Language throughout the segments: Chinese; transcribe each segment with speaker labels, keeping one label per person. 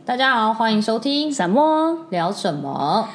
Speaker 1: 大家好，欢迎收听
Speaker 2: 什么
Speaker 1: 聊什么。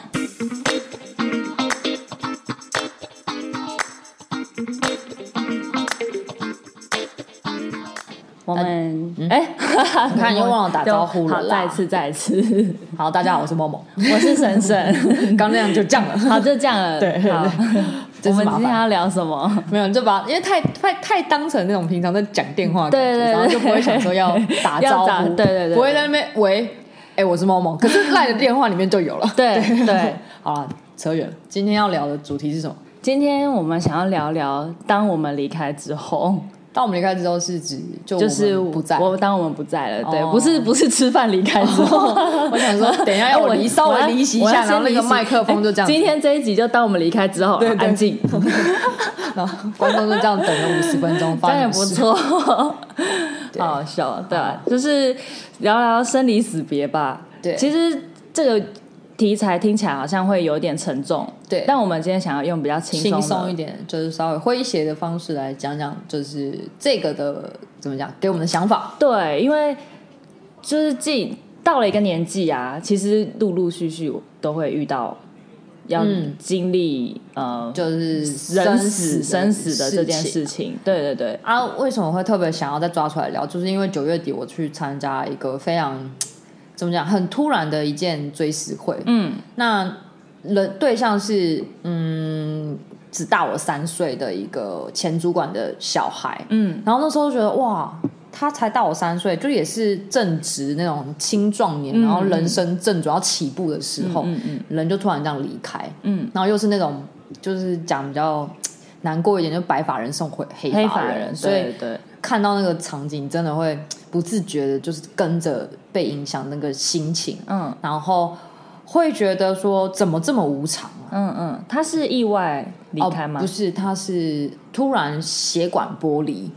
Speaker 2: 我们
Speaker 1: 你看又忘了打招呼了啦。
Speaker 2: 好，再一次。
Speaker 1: 好，大家好，我是默默，
Speaker 2: 我是婶婶。
Speaker 1: 刚那样就这样了。
Speaker 2: 好，就这样了。
Speaker 1: 对，
Speaker 2: 好。我们今天要聊什么？
Speaker 1: 没有，就把因为太当成那种平常在讲电话的感觉，
Speaker 2: 对，
Speaker 1: 然后就不会想说要打招呼，
Speaker 2: 对，
Speaker 1: 不会在那边喂，我是默默，可是赖的电话里面就有了。
Speaker 2: 对，
Speaker 1: 好了，扯远了。今天要聊的主题是什么？
Speaker 2: 今天我们想要聊聊，当我们离开之后。
Speaker 1: 当我们离开之后是指
Speaker 2: 就是
Speaker 1: 我们不在，
Speaker 2: 当我们不在了，对，不是吃饭离开之后。
Speaker 1: 我想说，等一下要我稍微离席一下，然后那个麦克风就这样。
Speaker 2: 今天这一集就当我们离开之后，对，安静。
Speaker 1: 然后观众就这样等了50分钟，
Speaker 2: 这样也不错，好好笑，对吧？就是聊聊生离死别吧。
Speaker 1: 对，
Speaker 2: 其实这个题材听起来好像会有点沉重，
Speaker 1: 对，
Speaker 2: 但我们今天想要用比较轻松
Speaker 1: 一点，就是稍微诙谐的方式来讲讲，就是这个的怎么讲，给我们的想法。
Speaker 2: 对，因为就是到了一个年纪啊，其实陆陆续续都会遇到要经历
Speaker 1: 就是
Speaker 2: 生死的这件事情。对
Speaker 1: 啊，为什么会特别想要再抓出来聊？就是因为9月底我去参加一个非常怎么讲很突然的一件追思会，那对象是只大我3岁的一个前主管的小孩，然后那时候觉得哇，他才大我3岁，就也是正值那种青壮年，然后人生正准要起步的时候，人就突然这样离开，然后又是那种就是讲比较难过一点，就白发人送回黑发人，所以看到那个场景真的会不自觉的就是跟着被影响那个心情，然后会觉得说怎么这么无常啊。
Speaker 2: 他是意外离开吗？
Speaker 1: 不是，他是突然血管剥离，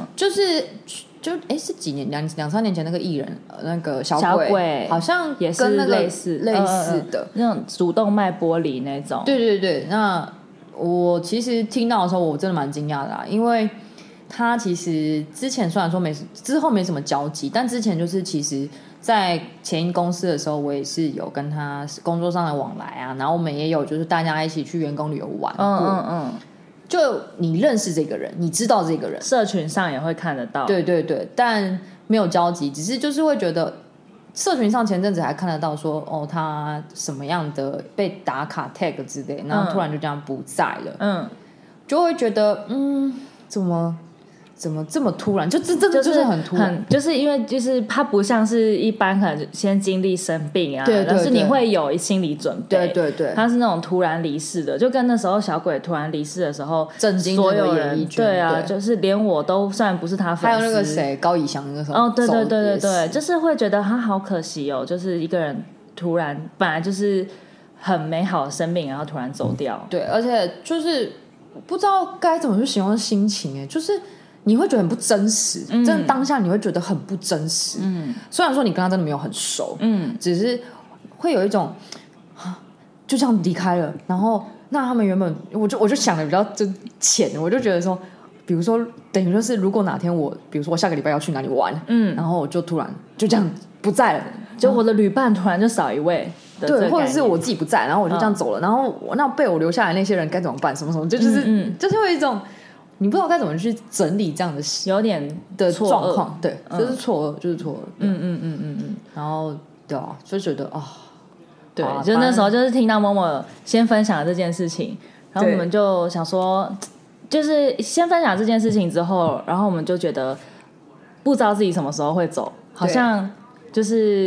Speaker 1: 是几年2-3年前那个艺人那个小鬼好像
Speaker 2: 也是
Speaker 1: 跟那个
Speaker 2: 类似
Speaker 1: 的
Speaker 2: 那种主动脉剥离那种。
Speaker 1: 对，那我其实听到的时候我真的蛮惊讶的啦，因为他其实之前虽然说之后没什么交集，但之前就是其实在前一公司的时候，我也是有跟他工作上的往来啊，然后我们也有就是大家一起去员工旅游玩过，就你认识这个人，你知道这个人，
Speaker 2: 社群上也会看得到，
Speaker 1: 对，但没有交集，只是就是会觉得社群上前阵子还看得到说他什么样的被打卡 tag 之类，然后突然就这样不在了，就会觉得怎么这么突然？就真的就是很突然，
Speaker 2: 就是因为就是他不像是一般可能先经历生病啊，
Speaker 1: 对，
Speaker 2: 但是你会有心理准备，
Speaker 1: 对，
Speaker 2: 他是那种突然离世的，就跟那时候小鬼突然离世的时候，
Speaker 1: 震惊
Speaker 2: 所有人，对啊，
Speaker 1: 对，
Speaker 2: 就是连我都虽然不是他粉丝，
Speaker 1: 还有那个谁高以翔那时候，
Speaker 2: 对，就是会觉得他好可惜哦，就是一个人突然本来就是很美好的生命，然后突然走掉，
Speaker 1: 对，而且就是不知道该怎么去形容心情，就是你会觉得很不真实，真的当下你会觉得很不真实。虽然说你跟他真的没有很熟，只是会有一种就这样离开了。然后那他们原本我就想的比较真浅，我就觉得说，比如说等于就是如果哪天比如说我下个礼拜要去哪里玩，然后我就突然就这样不在了，
Speaker 2: 就我的旅伴突然就少一位。
Speaker 1: 对，或者是我自己不在，然后我就这样走了，然后那被我留下来那些人该怎么办？什么就是会有一种。你不知道该怎么去整理这样的
Speaker 2: 有点
Speaker 1: 的状况，对，这是错愕，就是错愕，然后对啊，就觉得
Speaker 2: 对，就那时候就是听到默默先分享了这件事情，然后我们就想说，就是先分享这件事情之后，然后我们就觉得不知道自己什么时候会走，好像就是，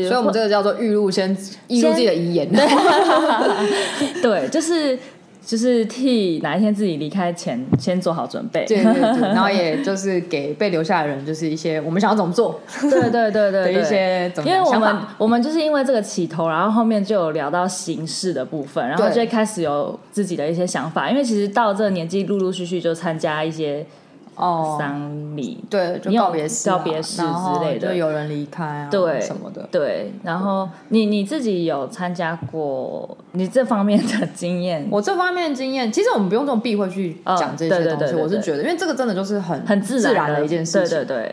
Speaker 1: 所以我们这个叫做预录自己的遗言，
Speaker 2: 对，就是替哪一天自己离开前先做好准备，
Speaker 1: 对，然后也就是给被留下的人就是一些我们想要怎么做，
Speaker 2: 对
Speaker 1: 的一些怎么样想法。
Speaker 2: 因为我们就是因为这个起头，然后后面就有聊到形式的部分，然后就会开始有自己的一些想法。因为其实到这个年纪，陆陆续续就参加一些丧礼，
Speaker 1: 对，就告别式
Speaker 2: 之类的，
Speaker 1: 就有人离开啊，
Speaker 2: 对
Speaker 1: 什么的，
Speaker 2: 对。然后你自己有参加过你这方面的经验？
Speaker 1: 我这方面的经验，其实我们不用这么避讳去讲这些东西。我是觉得，因为这个真的就是很
Speaker 2: 自
Speaker 1: 然的一件事情，
Speaker 2: 对。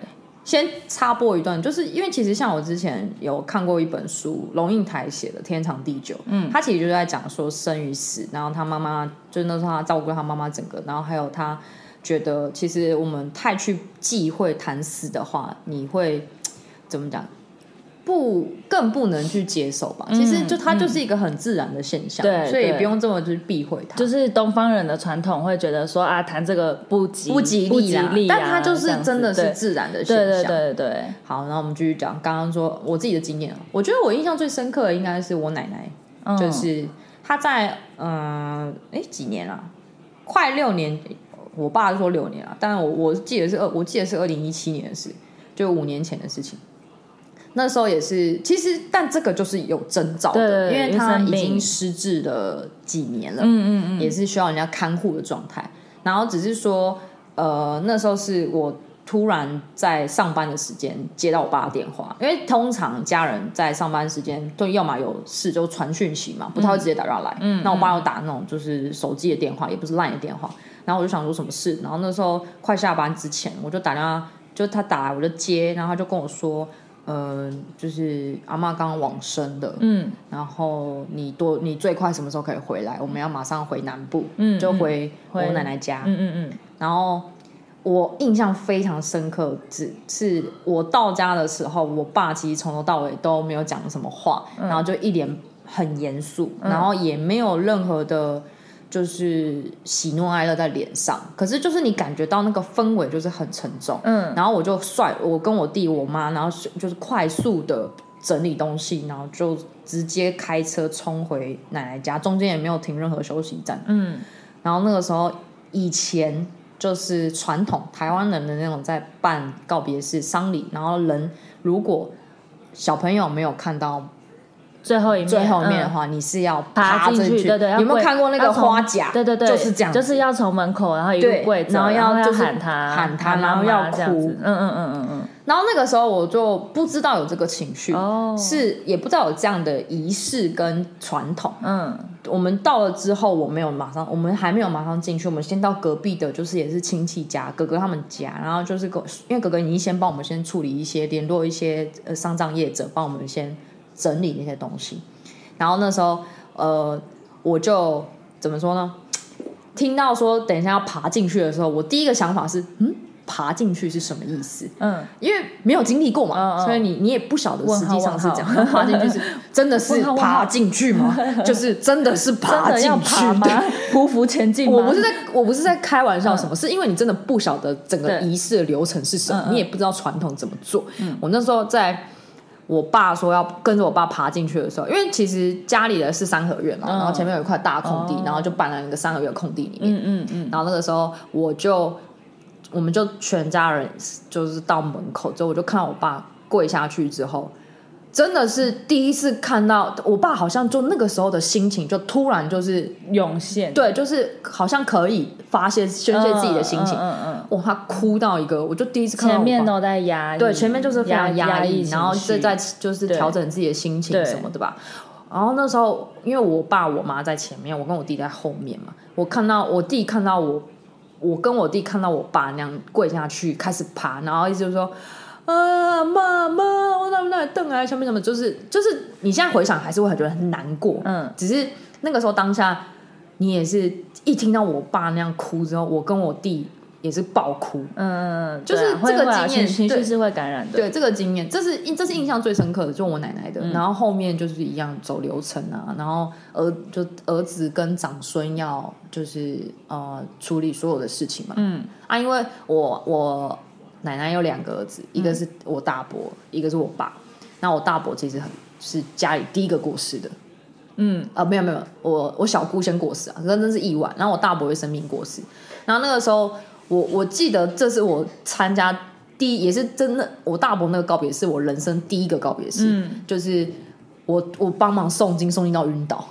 Speaker 1: 先插播一段，就是因为其实像我之前有看过一本书，龙应台写的《天长地久》，他其实就是在讲说生与死，然后他妈妈就是那时候他照顾他妈妈整个，然后还有他觉得其实我们太去忌讳谈死的话，你会怎么讲？更不能去接受吧。其实它就是一个很自然的现象，所以也不用这么去避讳它。
Speaker 2: 就是东方人的传统会觉得说啊，谈这个不吉利
Speaker 1: 但它就是真的是自然的现象。
Speaker 2: 对。
Speaker 1: 好，那我们继续讲。刚刚说我自己的经验，我觉得我印象最深刻的应该是我奶奶，就是她在几年啊，快6年。我爸说6年啊，但我记得是2017年的事，就5年前的事情。那时候也是，其实但这个就是有征兆的，因为他已经失智了几年了，也是需要人家看护的状态。然后只是说，那时候是我突然在上班的时间接到我爸的电话，因为通常家人在上班时间都要么有事就传讯息嘛，不太会直接打电话来。那我爸有打那种就是手机的电话，也不是 LINE 的电话。然后我就想说什么事，然后那时候快下班之前，我就打电话，就他打来我就接，然后他就跟我说。就是阿嬷刚往生的，然后你最快什么时候可以回来？我们要马上回南部，就回我奶奶家，然后我印象非常深刻，是我到家的时候，我爸其实从头到尾都没有讲什么话，然后就一脸很严肃，然后也没有任何的。就是喜怒哀乐在脸上，可是就是你感觉到那个氛围就是很沉重，然后我跟我弟我妈，然后就是快速的整理东西，然后就直接开车冲回奶奶家，中间也没有停任何休息站，然后那个时候以前就是传统台湾人的那种在办告别式丧礼，然后人如果小朋友没有看到。最后一面的话，你是要爬进去。
Speaker 2: 对，
Speaker 1: 有没有看过那个花甲？
Speaker 2: 对，
Speaker 1: 就是这样，
Speaker 2: 就是要从门口，然后一路跪着，
Speaker 1: 然后要
Speaker 2: 喊他，
Speaker 1: 然后要哭。然后那个时候我就不知道有这个情绪，是也不知道有这样的仪式跟传统。我们到了之后，我们还没有马上进去，我们先到隔壁的，就是也是亲戚家，哥哥他们家，然后就是因为哥哥你先帮我们先处理一些，联络一些丧葬业者，帮我们先。整理那些东西，然后那时候我就怎么说呢？听到说等一下要爬进去的时候，我第一个想法是爬进去是什么意思？因为没有经历过嘛，所以你也不晓得实际上是这样。爬进去是真的是爬进去吗？就是真的是爬进去吗？
Speaker 2: 匍匐前进吗？
Speaker 1: 我不是在开玩笑，什么是因为你真的不晓得整个仪式的流程是什么，你也不知道传统怎么做。我那时候在。我爸说要跟着我爸爬进去的时候，因为其实家里的是三合院嘛，然后前面有一块大空地，然后就搬了那个三合院空地里面。然后那个时候我们就全家人就是到门口之后，我就看到我爸跪下去之后，真的是第一次看到我爸，好像就那个时候的心情就突然就是
Speaker 2: 涌现，
Speaker 1: 对，就是好像可以宣泄自己的心情。哇，他哭到一个，我就第一次看到我爸
Speaker 2: 前面都在压抑，
Speaker 1: 对，前面就是非常压抑，然后在就是调整自己的心情什么的吧。然后那时候因为我爸我妈在前面，我跟我弟在后面嘛，我跟我弟看到我爸那样跪下去开始爬，然后一直就说妈，我哪里瞪啊，下面什么，就是你现在回想还是会觉得很难过，只是那个时候当下你也是一听到我爸那样哭之后，我跟我弟也是爆哭，就是这个经验
Speaker 2: 情绪是会感染的，
Speaker 1: 对，这个经验这是印象最深刻的，就是我奶奶的，然后后面就是一样走流程啊，然后儿子跟长孙要就是处理所有的事情嘛，因为我奶奶有2个儿子，一个是我大伯，一个是我爸。那我大伯其实是家里第一个过世的，没有，我小姑先过世啊，真是意外。然后我大伯会生病过世，然后那个时候我记得这是我参加也是真的，我大伯那个告别是我人生第一个告别式，就是我帮忙诵经到晕倒，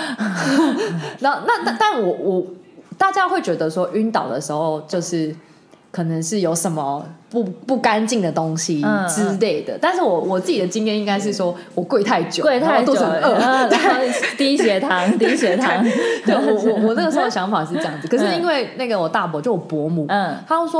Speaker 1: 但我大家会觉得说晕倒的时候就是可能是有什么不干净的东西之类的，但是我自己的经验应该是说我跪太久，肚子很饿，
Speaker 2: 低血糖。
Speaker 1: 对，我那个时候的想法是这样子，可是因为那个我大伯就我伯母，他就说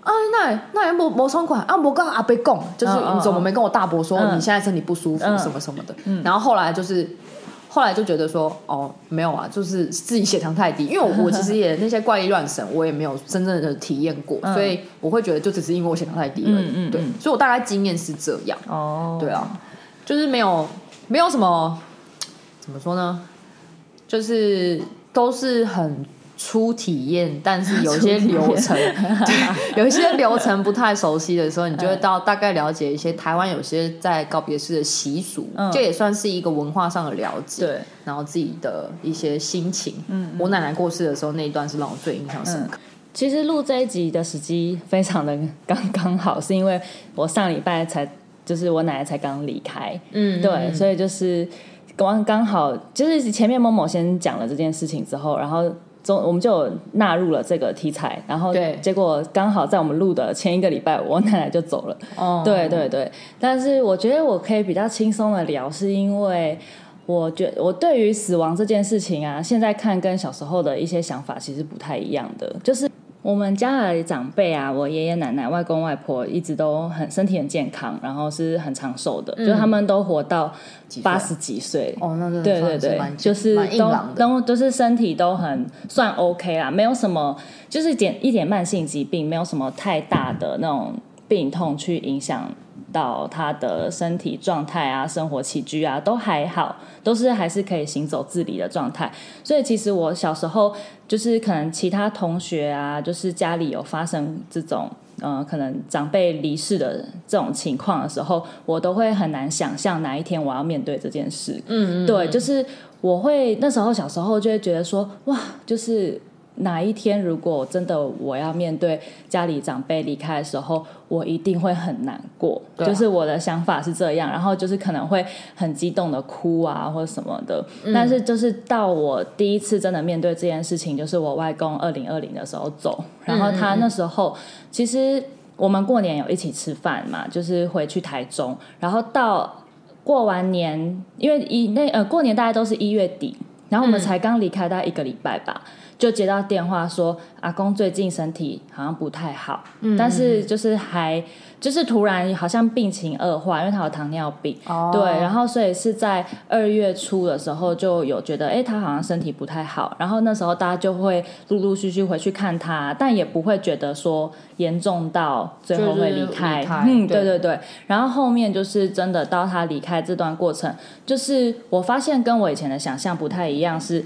Speaker 1: 啊，那也没爽快啊，我跟阿伯讲，就是你怎么没跟我大伯说你现在身体不舒服什么什么的，然后后来就觉得说哦没有啊，就是自己血糖太低，因为我其实也那些怪力乱神我也没有真正的体验过，所以我会觉得就只是因为我血糖太低而已，对，所以我大概经验是这样，对啊，就是没有什么怎么说呢，就是都是很初体验，但是有一些流程有一些流程不太熟悉的时候，你就会大概了解一些台湾有些在告别式的习俗，这也算是一个文化上的了解，对，然后自己的一些心情，我奶奶过世的时候那一段是让我最印象深刻。
Speaker 2: 其实录这一集的时机非常的刚好，是因为我上礼拜就是我奶奶才刚离开，对，所以就是刚好就是前面某某先讲了这件事情之后，然后我们就有纳入了这个题材，然后结果刚好在我们录的前一个礼拜我奶奶就走了，对对对，但是我觉得我可以比较轻松的聊，是因为我对于死亡这件事情啊，现在看跟小时候的一些想法其实不太一样的，就是我们家的长辈啊，我爷爷奶奶、外公外婆一直都身体很健康，然后是很长寿的，就他们都活到80几岁。
Speaker 1: 哦，那真的
Speaker 2: 对对对，就是都是身体都很算 OK 啦，没有什么就是一点慢性疾病，没有什么太大的那种病痛去影响到他的身体状态啊、生活起居啊，都还好，都是还是可以行走自理的状态。所以其实我小时候就是可能其他同学啊，就是家里有发生这种可能长辈离世的这种情况的时候，我都会很难想象哪一天我要面对这件事。对，就是我会那时候小时候就会觉得说，哇，就是哪一天如果真的我要面对家里长辈离开的时候，我一定会很难过，就是我的想法是这样，然后就是可能会很激动的哭啊或者什么的，但是就是到我第一次真的面对这件事情，就是我外公2020的时候走，然后他那时候其实我们过年有一起吃饭嘛，就是回去台中，然后到过完年，因为过年大概都是1月底，然后我们才刚离开大概1个礼拜吧，就接到电话说阿公最近身体好像不太好，但是就是突然好像病情恶化，因为他有糖尿病，对，然后所以是在2月初的时候就有觉得他好像身体不太好，然后那时候大家就会陆陆续续回去看他，但也不会觉得说严重到最后会离开，对对对，然后后面就是真的到他离开这段过程，就是我发现跟我以前的想象不太一样，是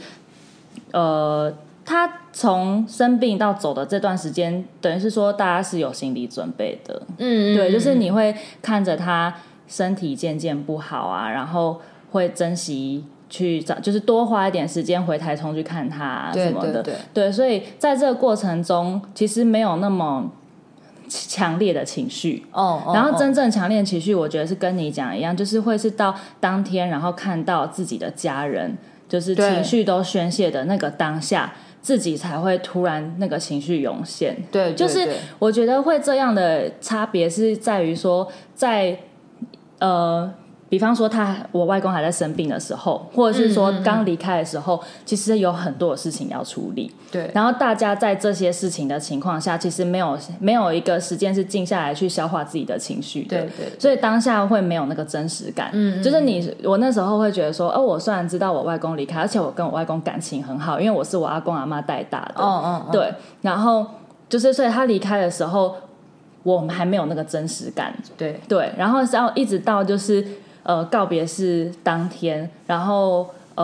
Speaker 2: 他从生病到走的这段时间，等于是说大家是有心理准备的，对，就是你会看着他身体渐渐不好啊，然后会珍惜去找，就是多花一点时间回台中去看他什么的，对，所以在这个过程中，其实没有那么强烈的情绪，然后真正强烈的情绪，我觉得是跟你讲一样，就是会是到当天，然后看到自己的家人，就是情绪都宣泄的那个当下。自己才会突然那个情绪涌现，对，就是我觉得会这样的差别是在于说，在比方说我外公还在生病的时候，或者是说刚离开的时候，其实有很多的事情要处理，对，然后大家在这些事情的情况下，其实没有一个时间是静下来去消化自己的情绪的，对，所以当下会没有那个真实感，就是我那时候会觉得说，我虽然知道我外公离开，而且我跟我外公感情很好，因为我是我阿公阿嬷带大的，对，然后就是所以他离开的时候，我们还没有那个真实感，对，然后一直到就是告别式当天，然后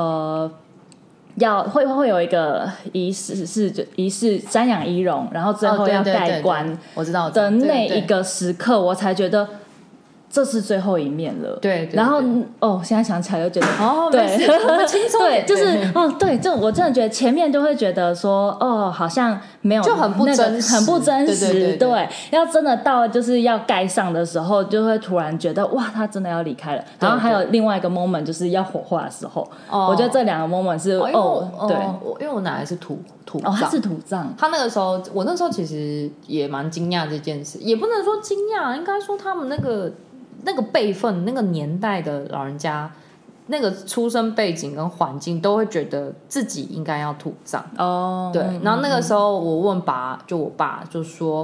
Speaker 2: 会有一个仪式瞻仰仪容，然后最后要盖棺，
Speaker 1: 我知道
Speaker 2: 的那一个时刻，我才觉得这是最后一面了。对，然后现在想起来就觉得对，
Speaker 1: 我们轻松
Speaker 2: 对，就是对，就我真的觉得前面就会觉得说好像没有，
Speaker 1: 就很不真实，
Speaker 2: 很不真实。对，要真的到就是要盖上的时候，就会突然觉得哇，他真的要离开了。然后还有另外一个 moment 就是要火化的时候，我觉得这2个 moment 是对，
Speaker 1: 因为我奶奶是土葬，
Speaker 2: 他是土葬，
Speaker 1: 他那个时候，我那时候其实也蛮惊讶这件事，也不能说惊讶，应该说他们那个辈分、那个年代的老人家，那个出生背景跟环境，都会觉得自己应该要土葬。对。然后那个时候我问我爸就说，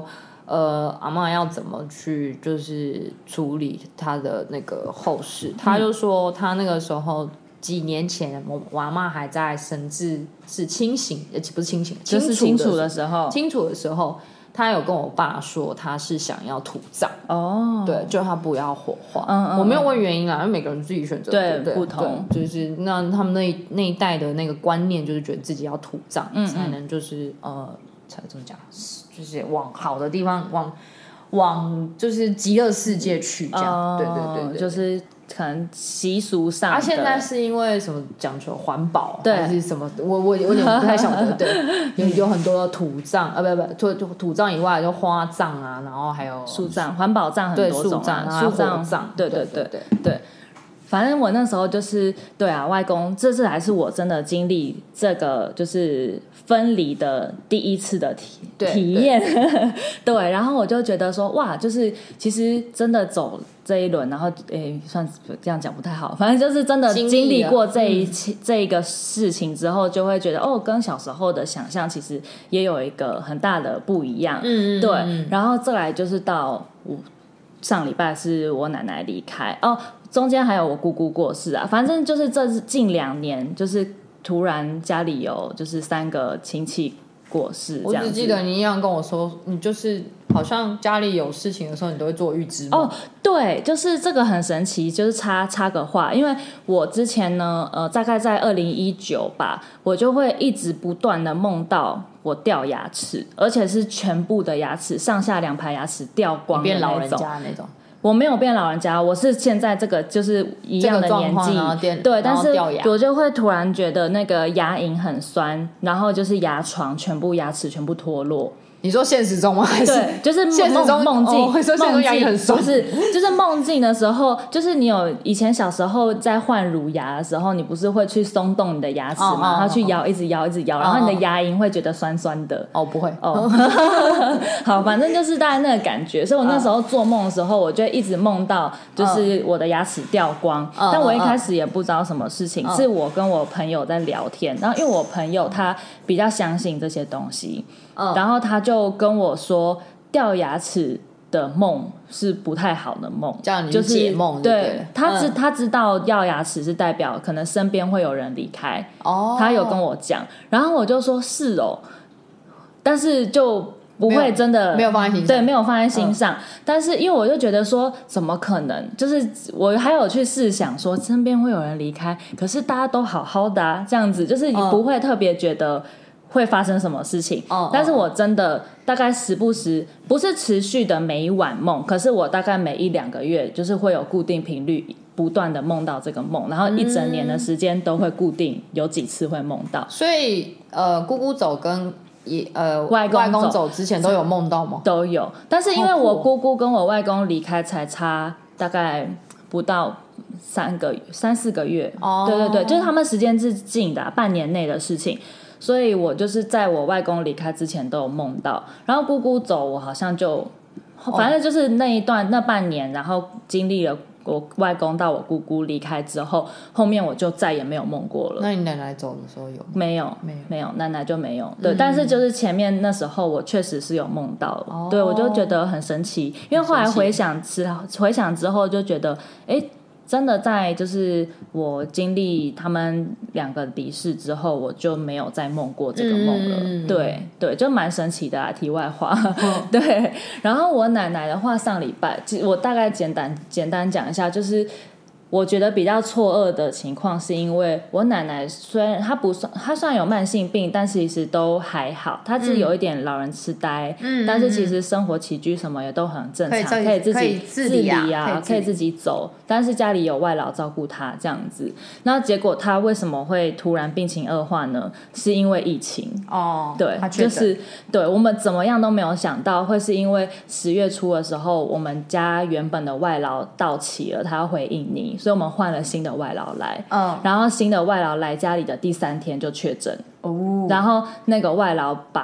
Speaker 1: 阿嬷要怎么去就是处理她的那个后事。她就说她那个时候几年前我阿嬷还在神志是清醒，不是清醒，
Speaker 2: 就是清楚的时
Speaker 1: 候，他有跟我爸说他是想要土葬对，就他不要火化。我没有问原因啦，因为每个人自己选择对
Speaker 2: 不同，
Speaker 1: 就是那他们那一代的那个观念就是觉得自己要土葬才能就是才怎么讲，就是往好的地方往就是极乐世界去这样。对，
Speaker 2: 就是可能习俗上的。
Speaker 1: 现在是因为什么讲求环保还是什么？我有点不太晓得。对，有很多土葬土葬以外就花葬啊，然后还有
Speaker 2: 树葬、环保葬很多种
Speaker 1: 树葬，
Speaker 2: 对。反正我那时候就是对啊，外公这次还是我真的经历这个就是分离的第一次的体验。对，然后我就觉得说哇，就是其实真的走这一轮，然后算是这样讲不太好，反正就是真的经历过这一个事情之后，就会觉得跟小时候的想象其实也有一个很大的不一样。对，然后再来就是到上礼拜是我奶奶离开中间还有我姑姑过世啊，反正就是这近2年，就是突然家里有就是3个亲戚过世这样子。
Speaker 1: 我只记得你一样跟我说，你就是好像家里有事情的时候，你都会做预知梦。
Speaker 2: 对，就是这个很神奇，就是插个话，因为我之前呢，大概在2019吧，我就会一直不断的梦到我掉牙齿，而且是全部的牙齿，上下2排牙齿掉光的那种，
Speaker 1: 变老人家那种。
Speaker 2: 我没有变老人家，我是现在这个就是一样的年纪，对，但是我就会突然觉得那个牙龈很酸，然后就是牙床全部牙齿全部脱落。
Speaker 1: 你说现实中吗？还是
Speaker 2: 对，就是
Speaker 1: 现实中
Speaker 2: 梦境，
Speaker 1: 会说现实中牙龈很酸，
Speaker 2: 不是，就是梦境的时候，就是你有以前小时候在换乳牙的时候，你不是会去松动你的牙齿吗？然后去摇，一直摇，然后你的牙龈会觉得酸酸的。
Speaker 1: 不会
Speaker 2: 好，反正就是大概那个感觉。所以我那时候做梦的时候，我就一直梦到就是我的牙齿掉光，但我一开始也不知道什么事情，是我跟我朋友在聊天，然后因为我朋友他比较相信这些东西。然后他就跟我说，掉牙齿的梦是不太好的梦，
Speaker 1: 叫你解梦。
Speaker 2: 对，他知道掉牙齿是代表可能身边会有人离开。他有跟我讲，然后我就说是但是就不会真的
Speaker 1: 没有放在心上，
Speaker 2: 对，没有放在心上。但是因为我就觉得说，怎么可能？就是我还有去试想说，身边会有人离开，可是大家都好好的这样子，就是你不会特别觉得会发生什么事情。但是我真的大概时不时，不是持续的每晚梦，可是我大概每1-2个月就是会有固定频率不断的梦到这个梦，然后一整年的时间都会固定有几次会梦到。
Speaker 1: 所以姑姑走跟外公走之前都有梦到吗？
Speaker 2: 都有，但是因为我姑姑跟我外公离开才差大概不到3-4个月。对，就是他们时间是近的半年内的事情。所以我就是在我外公离开之前都有梦到，然后姑姑走我好像就反正就是那半年，然后经历了我外公到我姑姑离开之后，后面我就再也没有梦过了。
Speaker 1: 那你奶奶走的时候有吗？
Speaker 2: 没有，奶奶就没有。对，但是就是前面那时候我确实是有梦到，对，我就觉得很神奇，因为后来回想之后就觉得真的在就是我经历他们2个离世之后，我就没有再梦过这个梦了。对，就蛮神奇的啦。题外话，对。然后我奶奶的话，上礼拜我大概简单讲一下，就是我觉得比较错愕的情况，是因为我奶奶虽然她虽然有慢性病，但其实都还好。她是有一点老人痴呆，但是其实生活起居什么也都很正常，可以自己自理啊，可以自己走。但是家里有外劳照顾她这样子。那结果她为什么会突然病情恶化呢？是因为疫情。对，就是对我们怎么样都没有想到，会是因为10月初的时候，我们家原本的外劳到期了，他要回印尼。所以我们换了新的外劳来，然后新的外劳来家里的第3天就确诊，然后那个外劳把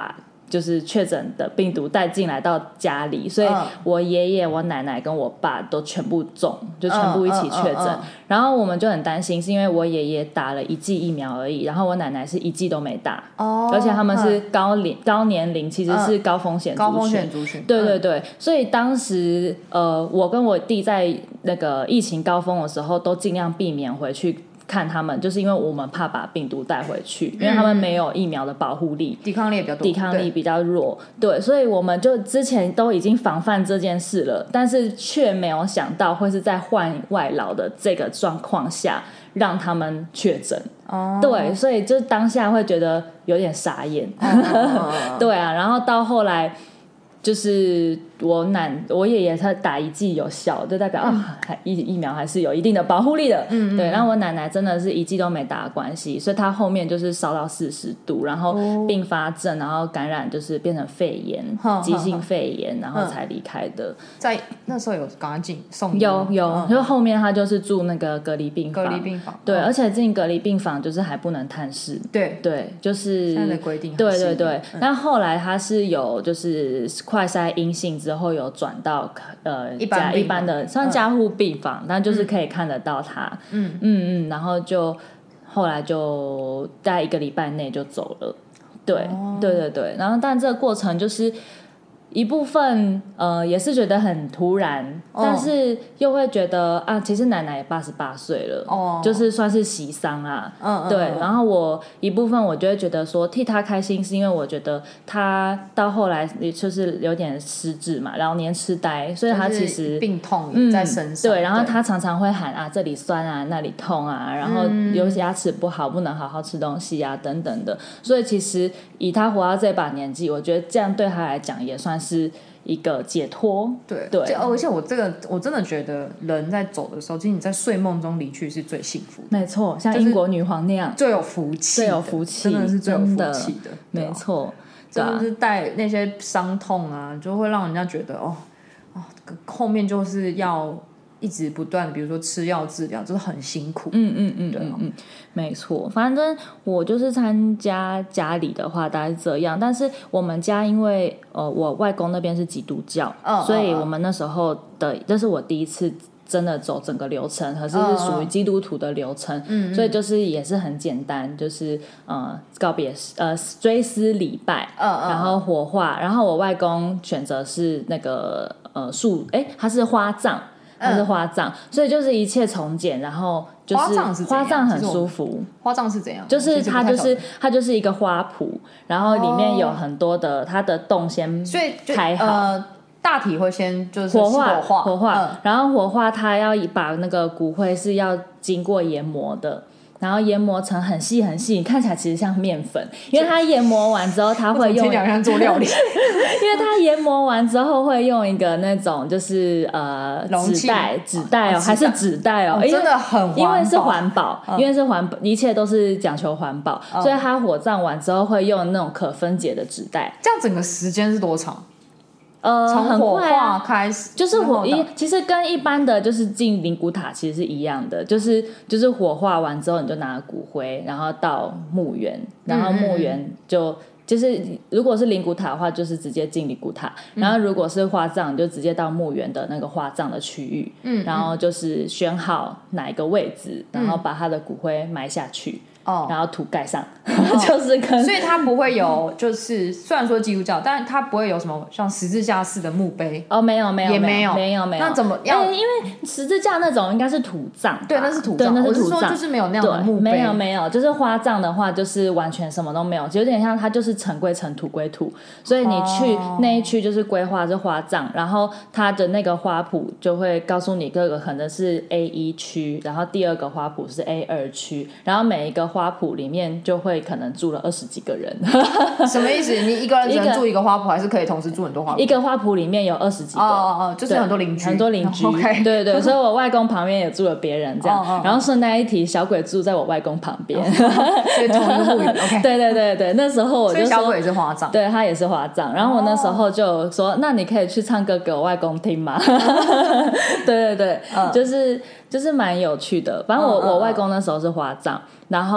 Speaker 2: 就是确诊的病毒带进来到家里，所以我爷爷、我奶奶跟我爸都全部中，就全部一起确诊。然后我们就很担心，是因为我爷爷打了1剂疫苗而已，然后我奶奶是1剂都没打，而且他们是高年龄，其实是高风险族群。对对对，所以当时我跟我弟在那个疫情高峰的时候，都尽量避免回去看他们，就是因为我们怕把病毒带回去，因为他们没有疫苗的保护力，
Speaker 1: 抵抗力也比较多，
Speaker 2: 抵抗力比较弱，对，所以我们就之前都已经防范这件事了，但是却没有想到会是在患外劳的这个状况下让他们确诊。对，所以就当下会觉得有点傻眼。对啊，然后到后来就是我爷爷他打1剂有效，就代表疫苗还是有一定的保护力的。对，然后我奶奶真的是1剂都没打的关系，所以她后面就是烧到40度，然后并发症，然后感染就是变成肺炎，急性肺炎，然后才离开的。
Speaker 1: 在那时候有赶快送医？
Speaker 2: 有，因为后面他就是住那个隔离病房。对，而且进隔离病房就是还不能探视。对，就是
Speaker 1: 现在的规定。
Speaker 2: 对对对，但后来他是有就是快筛阴性之后有转到一般的像加护病房，但就是可以看得到他。然后就后来就在1个礼拜内就走了。对对对，然后但这个过程就是一部分也是觉得很突然，但是又会觉得其实奶奶也88岁了，就是算是喜丧啊。对，然后我一部分我就会觉得说替她开心，是因为我觉得她到后来就是有点失智嘛，老年痴呆，所以她其实
Speaker 1: 病痛也在身上。
Speaker 2: 对，然后她常常会喊这里酸啊，那里痛啊，然后有牙齿不好，不能好好吃东西啊等等的，所以其实以她活到这把年纪，我觉得这样对她来讲也算是一个解脱。对，
Speaker 1: 而且我真的觉得人在走的时候，其实你在睡梦中离去是最幸福的。
Speaker 2: 没错，像英国女皇那样，
Speaker 1: 最有福气，真的是最有福气的。
Speaker 2: 没错，
Speaker 1: 真的是带那些伤痛啊，就会让人家觉得后面就是要一直不断，比如说吃药治疗，就是很辛苦。
Speaker 2: 没错。反正我就是参加家里的话大概是这样，但是我们家因为我外公那边是基督教，所以我们那时候这是我第一次真的走整个流程，可是是属于基督徒的流程，所以就是也是很简单，就是告别追思礼拜，然后火化，然后我外公选择是那个他是花葬。所以就是一切从简，然后就是花葬很舒服。
Speaker 1: 花葬是怎样？
Speaker 2: 就是它就是一个花圃，然后里面有很多的它的洞先开好。
Speaker 1: 大体会先就是
Speaker 2: 火化，然后火化它要把那个骨灰是要经过研磨的。然后研磨成很细很细，看起来其实像面粉，因为它研磨完之后它会用
Speaker 1: 像做料理
Speaker 2: 因为它研磨完之后会用一个那种就是纸袋还是纸袋
Speaker 1: 真的很环保，
Speaker 2: 因为是环保，一切都是讲求环保，所以它火葬完之后会用那种可分解的纸袋。
Speaker 1: 这样整个时间是多长？
Speaker 2: 从
Speaker 1: 火化开始，
Speaker 2: 就是其实跟一般的就是进灵骨塔其实是一样的，就是火化完之后你就拿骨灰，然后到墓园，然后墓园就是如果是灵骨塔的话，就是直接进灵骨塔，然后如果是花葬，就直接到墓园的那个花葬的区域，然后就是选好哪一个位置，然后把他的骨灰埋下去。然后土盖上，就是
Speaker 1: 所以它不会有，就是虽然说基督教，但是它不会有什么像十字架式的墓碑。
Speaker 2: 没有，
Speaker 1: 那怎么样？
Speaker 2: 因为十字架那种应该是土葬，
Speaker 1: 对，那是土葬。我是说，就是没有那样的墓碑。
Speaker 2: 没有，就是花葬的话，就是完全什么都没有，有点像它就是尘归尘，土归土。所以你去那一区就是规划是花葬，然后它的那个花圃就会告诉你各个可能是 A1 区，然后第二个花圃是 A2 区，然后每一个花圃里面就会可能住了20几个人。
Speaker 1: 什么意思？你一个人只能住一个花圃，还是可以同时住很多花圃？
Speaker 2: 一个花圃里面有20几个，
Speaker 1: 就是很多邻居，
Speaker 2: Okay. 对，所以我外公旁边也住了别人这样。然后顺带一提，小鬼住在我外公旁边，
Speaker 1: 所以同一个墓园。OK，
Speaker 2: 对，那时候我就说，
Speaker 1: 所以小鬼也是花葬，
Speaker 2: 对，他也是花葬。然后我那时候就说，那你可以去唱歌给我外公听吗？对，就是蛮有趣的。反正我外公那时候是花葬，然后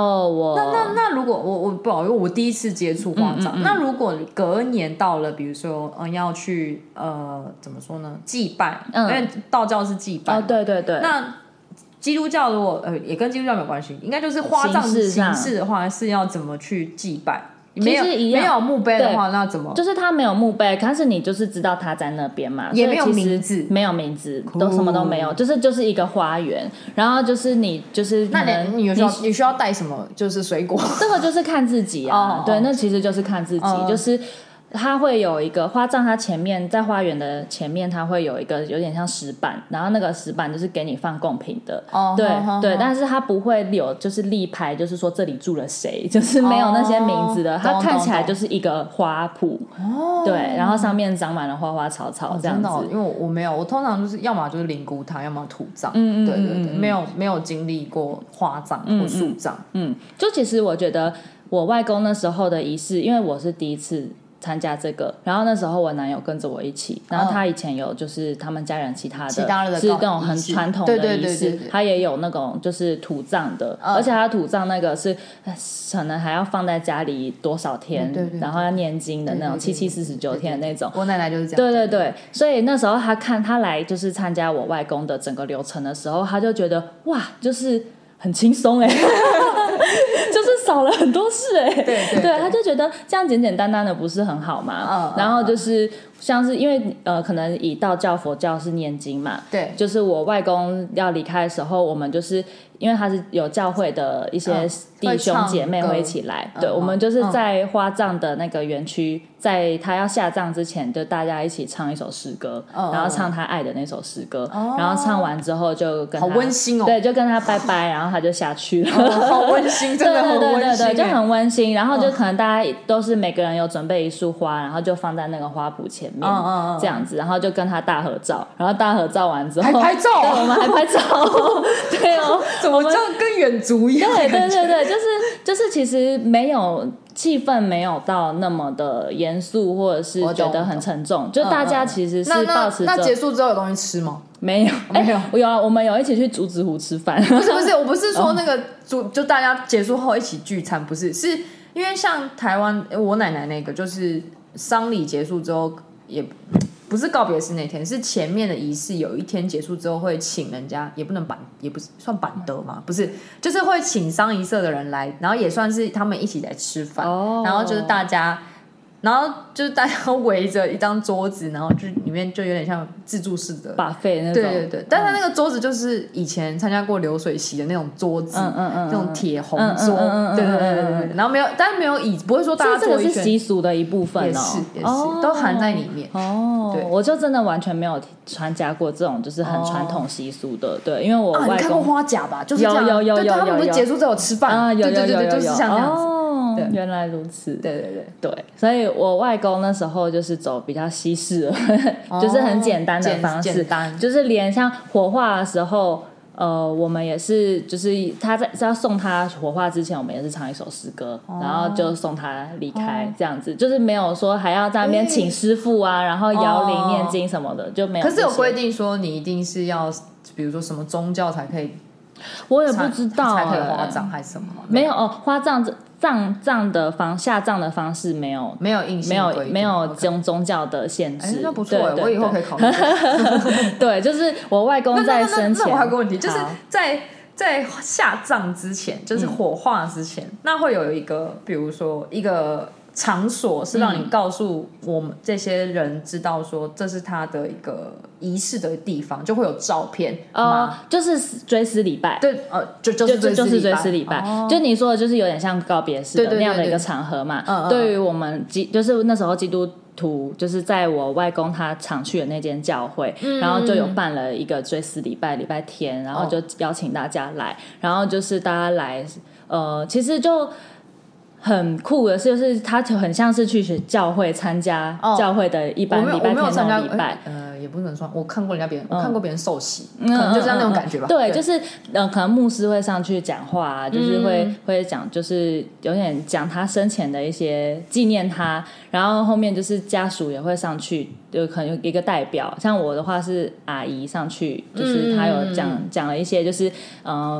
Speaker 2: 后我
Speaker 1: 那如果我不好，因为我第一次接触花葬，那如果隔年到了，比如说要去怎么说呢，祭拜，因为道教是祭拜，
Speaker 2: 对对对，
Speaker 1: 那基督教如果也跟基督教没有关系，应该就是花葬形式的话是要怎么去祭拜？没有墓碑的话，那怎么？
Speaker 2: 就是他没有墓碑，但是你就是知道他在那边嘛，
Speaker 1: 也没有名字，
Speaker 2: 没有名字，都什么都没有，就是一个花园，然后就是你就是
Speaker 1: 那你需要带什么？就是水果，
Speaker 2: 这个就是看自己啊，对，那其实就是看自己，就是。它会有一个花葬，它前面在花园的前面，它会有一个有点像石板，然后那个石板就是给你放贡品的，对，但是它不会有就是立牌，就是说这里住了谁，就是没有那些名字的，它看起来就是一个花圃，对，然后上面长满了花花草草这样子。
Speaker 1: 因为我没有，我通常就是要么就是灵骨塔，要么土葬，对，没有经历过花葬或树葬，
Speaker 2: 就其实我觉得我外公那时候的仪式，因为我是第一次参加这个，然后那时候我男友跟着我一起，然后他以前有就是他们家人其他的是那种很传统的仪式，他也有那种就是土葬的，而且他土葬那个是可能还要放在家里多少天，然后要念经的那种749天的那种。
Speaker 1: 我奶奶就是这样。
Speaker 2: 对，所以那时候他来就是参加我外公的整个流程的时候，他就觉得哇，就是很轻松就是少了很多事对，他就觉得这样简简单单的不是很好嘛，然后就是像是因为可能以道教佛教是念经嘛，
Speaker 1: 对，
Speaker 2: 就是我外公要离开的时候，我们就是因为他是有教会的一些弟兄姐妹会一起来，对，我们就是在花葬的那个园区，在他要下葬之前，就大家一起唱一首诗歌，然后唱他爱的那首诗歌，然后唱完之后就跟他
Speaker 1: 好温馨
Speaker 2: 对，就跟他拜拜，然后他就下去了，
Speaker 1: 好温馨，真的很温馨，
Speaker 2: 对，就很温馨。然后就可能大家都是每个人有准备一束花，然后就放在那个花圃前面，这样子，然后就跟他大合照，然后大合照完之后
Speaker 1: 还拍照，
Speaker 2: 对，我们还拍照，对哦，
Speaker 1: 怎么这样跟远足一样？
Speaker 2: 对，就是其实没有气氛，没有到那么的严肃，或者是觉得很沉重，就大家其实是抱持着。
Speaker 1: 那结束之后有东西吃吗？
Speaker 2: 没有，有啊，我们有一起去竹子湖吃饭。
Speaker 1: 不是，我不是说那个就大家结束后一起聚餐，不是，是因为像台湾我奶奶那个，就是丧礼结束之后也。不是告别式那天，是前面的仪式。有一天结束之后，会请人家，也不是算板德嘛，不是，就是会请丧仪社的人来，然后也算是他们一起来吃饭，然后就是大家围着一张桌子，然后就里面就有点像自助式的
Speaker 2: buffet那种，
Speaker 1: 对，但是那个桌子就是以前参加过流水席的那种桌子，那种铁红桌，对，然后没有，但是没有椅子，不会说大家坐一圈，
Speaker 2: 这个是习俗的一部分
Speaker 1: 也是都含在里面
Speaker 2: 对，我就真的完全没有参加过这种就是很传统习俗的，对，因为我外公
Speaker 1: 你看过花甲吧？就是这样，
Speaker 2: 有，
Speaker 1: 他们不是结束之后吃饭
Speaker 2: 有，
Speaker 1: 就是像这样子。
Speaker 2: 原来如此，
Speaker 1: 对，
Speaker 2: 所以我外公那时候就是走比较西式的，就是很简单的方式，就是连像火化的时候，我们也是，就是他在要送他火化之前，我们也是唱一首诗歌，然后就送他离开，这样子，就是没有说还要在那边请师傅啊，然后摇铃念经什么的，就没有。
Speaker 1: 可是有规定说你一定是要，比如说什么宗教才可以，
Speaker 2: 我也不知道
Speaker 1: 才可以花葬还是什么？
Speaker 2: 没有花葬下葬的方式没有
Speaker 1: 硬性规定，
Speaker 2: 没有宗教的限制，
Speaker 1: 那不错，我以后可以考虑。
Speaker 2: 对，就是我外公在生前，
Speaker 1: 那我还有个问题，就是在下葬之前，就是火化之前，那会有一个，比如说一个场所是让你告诉我们这些人知道说这是他的一个仪式的地方，就会有照片
Speaker 2: 就是追思礼拜，
Speaker 1: 对，就是追思礼拜，
Speaker 2: 就你说的就是有点像告别式的那样的一个场合嘛。对于我们就是那时候基督徒，就是在我外公他常去的那间教会，然后就有办了一个追思礼拜，礼拜天，然后就邀请大家来，然后就是大家来，其实就。很酷的是，就是他很像是去教会参加教会的一般礼拜天那种礼拜，
Speaker 1: 也不能说，我看过人家别人，我看过别人受洗，可能就像那种感觉吧。
Speaker 2: 对，就是可能牧师会上去讲话啊，就是会讲，就是有点讲他生前的一些纪念他，然后后面就是家属也会上去，就可能有一个代表，像我的话是阿姨上去，就是他有讲了一些，就是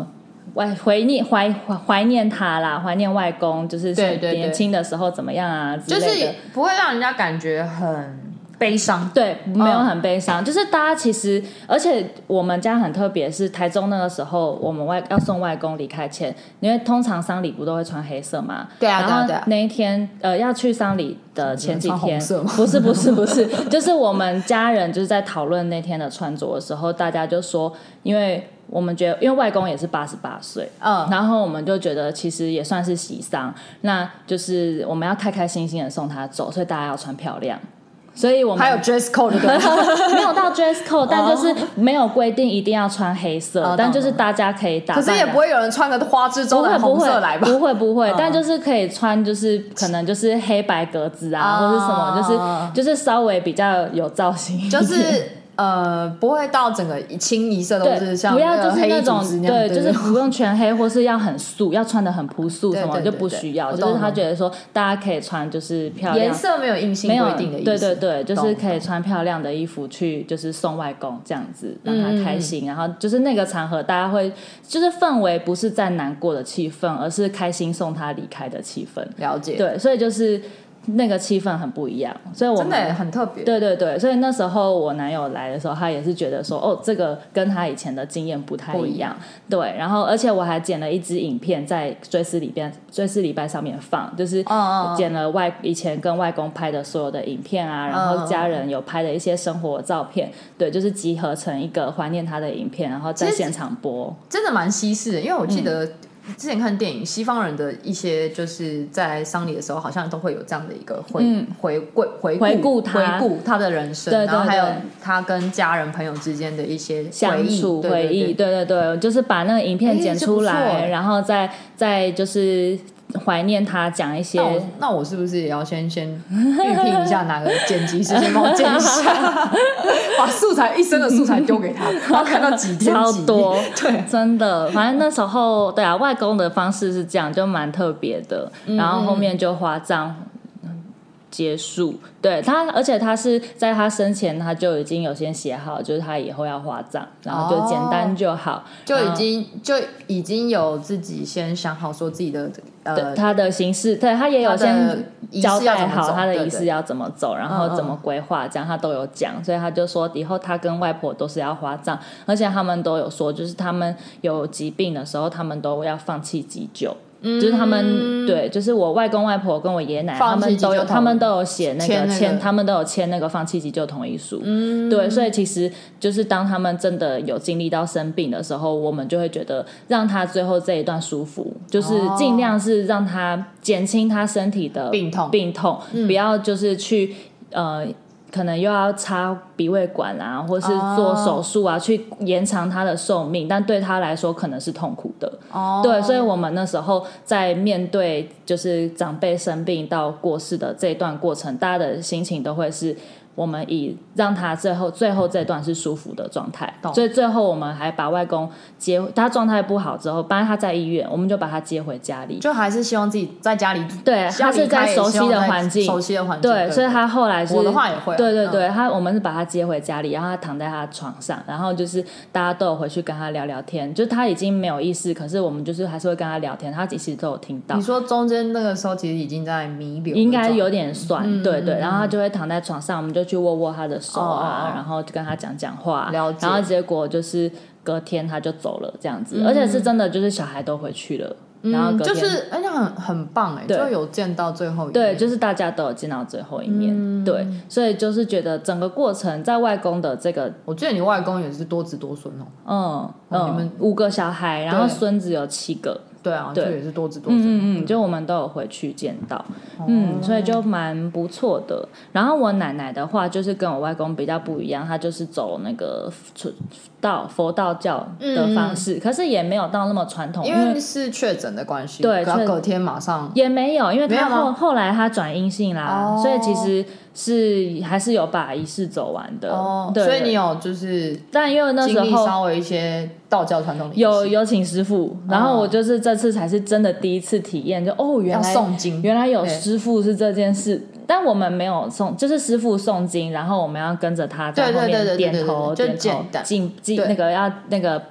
Speaker 2: 怀念他啦，怀念外公，就是年轻的时候怎么样啊之类的，
Speaker 1: 就是不会让人家感觉很悲伤。
Speaker 2: 对，没有很悲伤，就是大家其实，而且我们家很特别，是台中那个时候，我们要送外公离开前，因为通常丧礼不都会穿黑色嘛？
Speaker 1: 对啊，
Speaker 2: 然后那一天要去丧礼的前几天，不是，就是我们家人就是在讨论那天的穿着的时候，大家就说，因为我们觉得，因为外公也是88岁，然后我们就觉得其实也算是喜丧，那就是我们要开开心心的送他走，所以大家要穿漂亮。所以我们
Speaker 1: 还有 dress code 对
Speaker 2: 没有到 dress code， 但就是没有规定一定要穿黑色，但就是大家可以打扮。
Speaker 1: 可是也不会有人穿个花枝中的红色来吧？
Speaker 2: 不会，但就是可以穿，就是可能就是黑白格子啊，或是什么，就是稍微比较有造型，
Speaker 1: 就是不会到整个清一色都是像
Speaker 2: 不要就是那种
Speaker 1: 对，
Speaker 2: 就是不用全黑，或是要很素，要穿的很朴素什么就不需要。就是他觉得说大家可以穿就是漂亮，
Speaker 1: 颜色没有硬性规定的意思。
Speaker 2: 对，就是可以穿漂亮的衣服去就是送外公这样子，让他开心。然后就是那个场合大家会就是氛围不是在难过的气氛，而是开心送他离开的气氛。
Speaker 1: 了解。
Speaker 2: 对，所以就是那个气氛很不一样，所以我们
Speaker 1: 真的很特别。
Speaker 2: 对，所以那时候我男友来的时候，他也是觉得说，这个跟他以前的经验不太一样。对，然后而且我还剪了一支影片在追思礼拜上面放，就是剪了以前跟外公拍的所有的影片啊，然后家人有拍的一些生活照片，对，就是集合成一个怀念他的影片，然后在现场播，
Speaker 1: 真的蛮稀释的，因为我记得。之前看电影，西方人的一些就是在丧礼的时候，好像都会有这样的一个回顾他的人生，
Speaker 2: 对，
Speaker 1: 然后还有他跟家人朋友之间的一些
Speaker 2: 相处回忆，对，就是把那个影片剪出来，然后再就是怀念他，讲一些。
Speaker 1: 那我是不是也要先预聘一下哪个剪辑师先帮我剪一下，把一生的素材丢给他，然后看到几天
Speaker 2: 超多，
Speaker 1: 对，
Speaker 2: 真的。反正那时候对啊，外公的方式是这样，就蛮特别的。然后后面就花葬结束，对他，而且他是在他生前他就已经有先写好，就是他以后要花葬，然后就简单就好，
Speaker 1: 就已经有自己先想好说自己的
Speaker 2: 他的形式，对他也有先交代好他的仪式要怎么走，然后怎么规划，这样他都有讲，所以他就说以后他跟外婆都是要花葬，而且他们都有说，就是他们有疾病的时候，他们都要放弃急救。就是他们对，就是我外公外婆跟我爷爷奶奶他们都有写那个签，他们都有签那个放弃急救同意书。对，所以其实就是当他们真的有经历到生病的时候，我们就会觉得让他最后这一段舒服，就是尽量是让他减轻他身体的病痛，不要就是去可能又要插鼻胃管啊，或是做手术啊，去延长他的寿命，但对他来说可能是痛苦的。对，所以我们那时候在面对就是长辈生病到过世的这一段过程，大家的心情都会是我们以让他最后这段是舒服的状态，所以最后我们还把外公他状态不好之后，本来他在医院，我们就把他接回家里，
Speaker 1: 就还是希望自己在家里，
Speaker 2: 对，他是在熟悉的环境，对，所以他后来是
Speaker 1: 我的话也会，
Speaker 2: 对，我们是把他接回家里，然后他躺在他的床上，然后就是大家都有回去跟他聊聊天，就他已经没有意识，可是我们就是还是会跟他聊天，他其实都有听到。
Speaker 1: 你说中间那个时候其实已经在弥留，
Speaker 2: 应该有点算，对，然后他就会躺在床上，我们就去握握他的手啊，然后就跟他讲话，然后结果就是隔天他就走了这样子，而且是真的就是小孩都回去了，然后隔天
Speaker 1: 就是而且很棒哎，就有见到最后一面，
Speaker 2: 对，就是大家都有见到最后一面，对，所以就是觉得整个过程在外公的这个，
Speaker 1: 我记得你外公也是多子多孙哦，
Speaker 2: 你们5个小孩，然后孙子有7个。
Speaker 1: 对啊，就也是多子多孙，
Speaker 2: 就我们都有回去见到，所以就蛮不错的。然后我奶奶的话，就是跟我外公比较不一样，她就是走那个佛道教的方式，可是也没有到那么传统，
Speaker 1: 因为是确诊的关系，
Speaker 2: 对，
Speaker 1: 隔天马上
Speaker 2: 也没有，因为他后来他转阴性啦，所以其实是还是有把仪式走完的，对，
Speaker 1: 所以你有就是，
Speaker 2: 但因为那时候
Speaker 1: 经历稍微一些道教传统的仪式
Speaker 2: 有请师傅，然后我就是这次才是真的第一次体验，就原来
Speaker 1: 诵经，
Speaker 2: 原来有师傅是这件事，但我们没有诵，就是师傅诵经，然后我们要跟着他在后面点头，
Speaker 1: 就简单
Speaker 2: 那个要那个拜。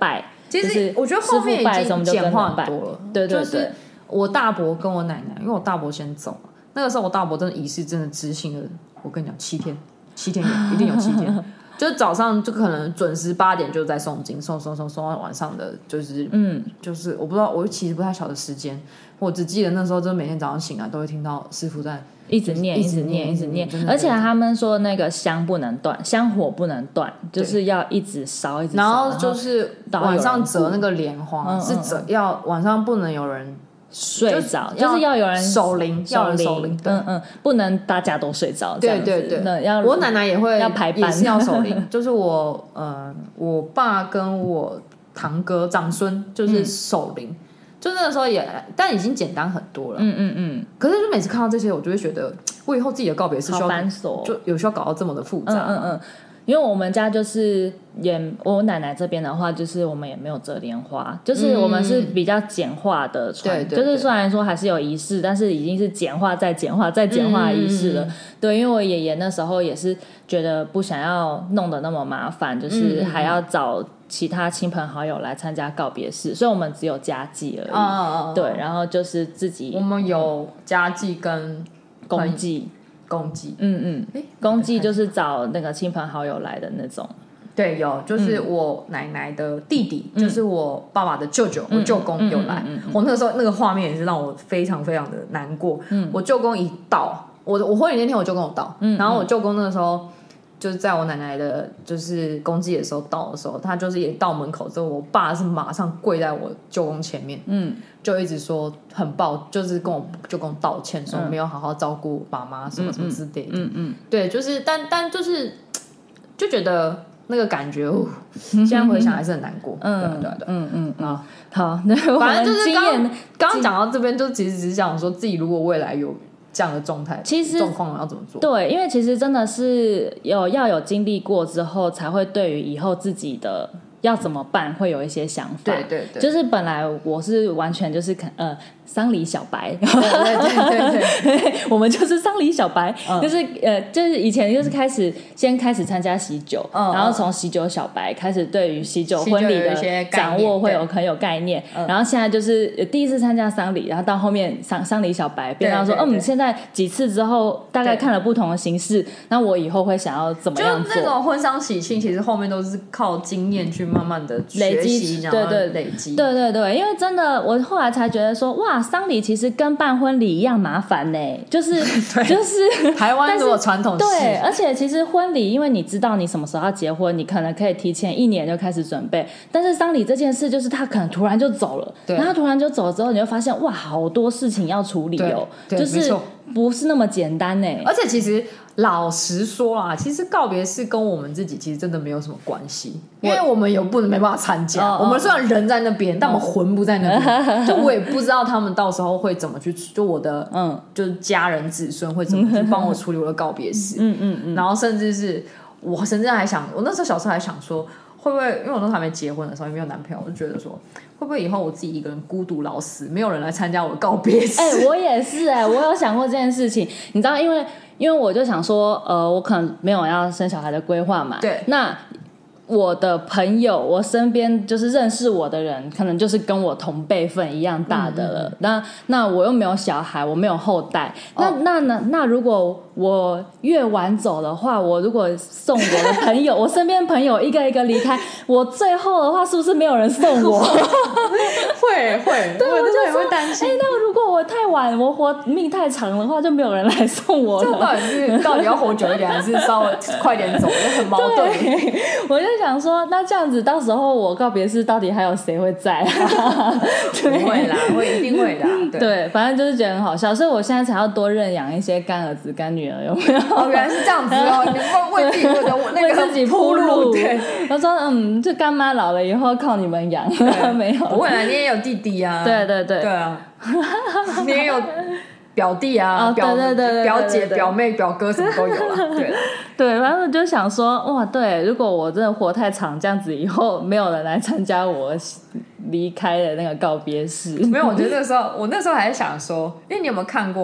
Speaker 1: 其实我觉得后面已经简化很多了。
Speaker 2: 对对对，
Speaker 1: 就是我大伯跟我奶奶，因为我大伯先走嘛，那个时候我大伯真的仪式真的执行了，我跟你讲7天有，一定有7天。就是早上就可能准时8点就在诵经，诵到晚上的就是我不知道，我其实不太晓得时间，我只记得那时候就每天早上醒来都会听到师父在
Speaker 2: 一直念，而且他们说那个香不能断，香火不能断，就是要一直烧，
Speaker 1: 然后就是晚上折那个莲花，是折要晚上不能有人
Speaker 2: 睡着，就是要有人
Speaker 1: 守灵，要人守灵，
Speaker 2: 不能大家都睡着。对，
Speaker 1: 我奶奶也会
Speaker 2: 要排班，
Speaker 1: 也是要守灵。就是我爸跟我堂哥长孙就是守灵，就那个时候但已经简单很多了。可是就每次看到这些，我就会觉得，我以后自己的告别式需要
Speaker 2: 繁琐，
Speaker 1: 就有需要搞到这么的复杂。
Speaker 2: 因为我们家就是我奶奶这边的话，就是我们也没有折莲花，就是我们是比较简化的传，就是虽然说还是有仪式，但是已经是简化再简化再简化的仪式了。对，因为我爷爷那时候也是觉得不想要弄得那么麻烦，就是还要找其他亲朋好友来参加告别式，所以我们只有家祭而已。对，然后就是自己，
Speaker 1: 我们有家祭跟
Speaker 2: 公祭。公祭就是找那个亲朋好友来的那种。
Speaker 1: 对，有，就是我奶奶的弟弟，就是我爸爸的舅舅，我舅公有来。我那个时候那个画面也是让我非常非常的难过。我舅公一到，我婚礼那天我舅公有到，然后我舅公那个时候就是在我奶奶的就是公祭的时候到的时候，他就是也到门口之后，我爸是马上跪在我舅公前面，就一直说很就是跟我舅公道歉，说没有好好照顾妈妈什么什么之类的。对，就是但就是就觉得那个感觉，现在回想还是很难过。
Speaker 2: 好，
Speaker 1: 反正就是刚刚讲到这边，就其实只是想说自己如果未来有这样的状态，其实状况要怎么做？
Speaker 2: 对，因为其实真的是要有经历过之后，才会对于以后自己的要怎么办会有一些想法。
Speaker 1: 对，
Speaker 2: 就是本来我是完全就是丧礼小白，
Speaker 1: 对，
Speaker 2: 我们就是丧礼小白，就是以前就是先开始参加喜酒，然后从喜酒小白开始对于喜酒婚礼的掌握会很有概念，然后现在就是第一次参加丧礼，然后到后面丧礼小白变到说，现在几次之后大概看了不同的形式，那我以后会想要怎么样做？
Speaker 1: 就那种婚丧喜庆，其实后面都是靠经验去慢慢的学习，然后累积，
Speaker 2: 对，因为真的我后来才觉得说，哇，丧礼其实跟办婚礼一样麻烦呢，就是
Speaker 1: 台湾如果传统
Speaker 2: 对，而且其实婚礼，因为你知道你什么时候要结婚，你可能可以提前1年就开始准备，但是丧礼这件事就是他可能突然就走了，然后他突然就走了之后，你会发现哇，好多事情要处理哦，就是不是那么简单呢。
Speaker 1: 而且其实老实说啦，其实告别式跟我们自己其实真的没有什么关系，因为我们没办法参加。我们虽然人在那边，但我们魂不在那边。就我也不知道他们到时候会怎么去，就我的就是家人子孙会怎么去帮我处理我的告别式。然后甚至是我甚至还想，我那时候小时候还想说，会不会因为我那时候还没结婚的时候也没有男朋友，我就觉得说，会不会以后我自己一个人孤独老死，没有人来参加我的告别式？
Speaker 2: 我也是我有想过这件事情，你知道，因为我就想说，我可能没有要生小孩的规划嘛。
Speaker 1: 对，
Speaker 2: 那我的朋友，我身边就是认识我的人，可能就是跟我同辈分一样大的了。那我又没有小孩，我没有后代。那如果我越晚走的话，我如果送我的朋友，我身边朋友一个一个离开，我最后的话是不是没有人送我？
Speaker 1: 会，
Speaker 2: 对，我就
Speaker 1: 会担心。
Speaker 2: 那如果我太晚，我活命太长的话，就没有人来送我了。
Speaker 1: 到底要活久一点，还是稍微快点走？很矛盾。
Speaker 2: 我就想说，那这样子到时候我告别式到底还有谁会在？
Speaker 1: 不会啦，一定会的。
Speaker 2: 对，反正就是觉得很好笑，所以我现在才要多认养一些干儿子干女儿，有没有？
Speaker 1: 原来是这样子哦，你为自己
Speaker 2: 为自己铺路。
Speaker 1: 对，
Speaker 2: 他说这干妈老了以后靠你们养，没有？
Speaker 1: 不会啦，你也有弟弟啊。
Speaker 2: 对
Speaker 1: 啊，你也有表弟啊，表姐、表妹、表哥什么都有了。
Speaker 2: 对，反正就想说，哇，对，如果我真的活太长，这样子以后没有人来参加我离开的那个告别式。
Speaker 1: 没有，我觉得我那时候还在想说，因为你有没有看过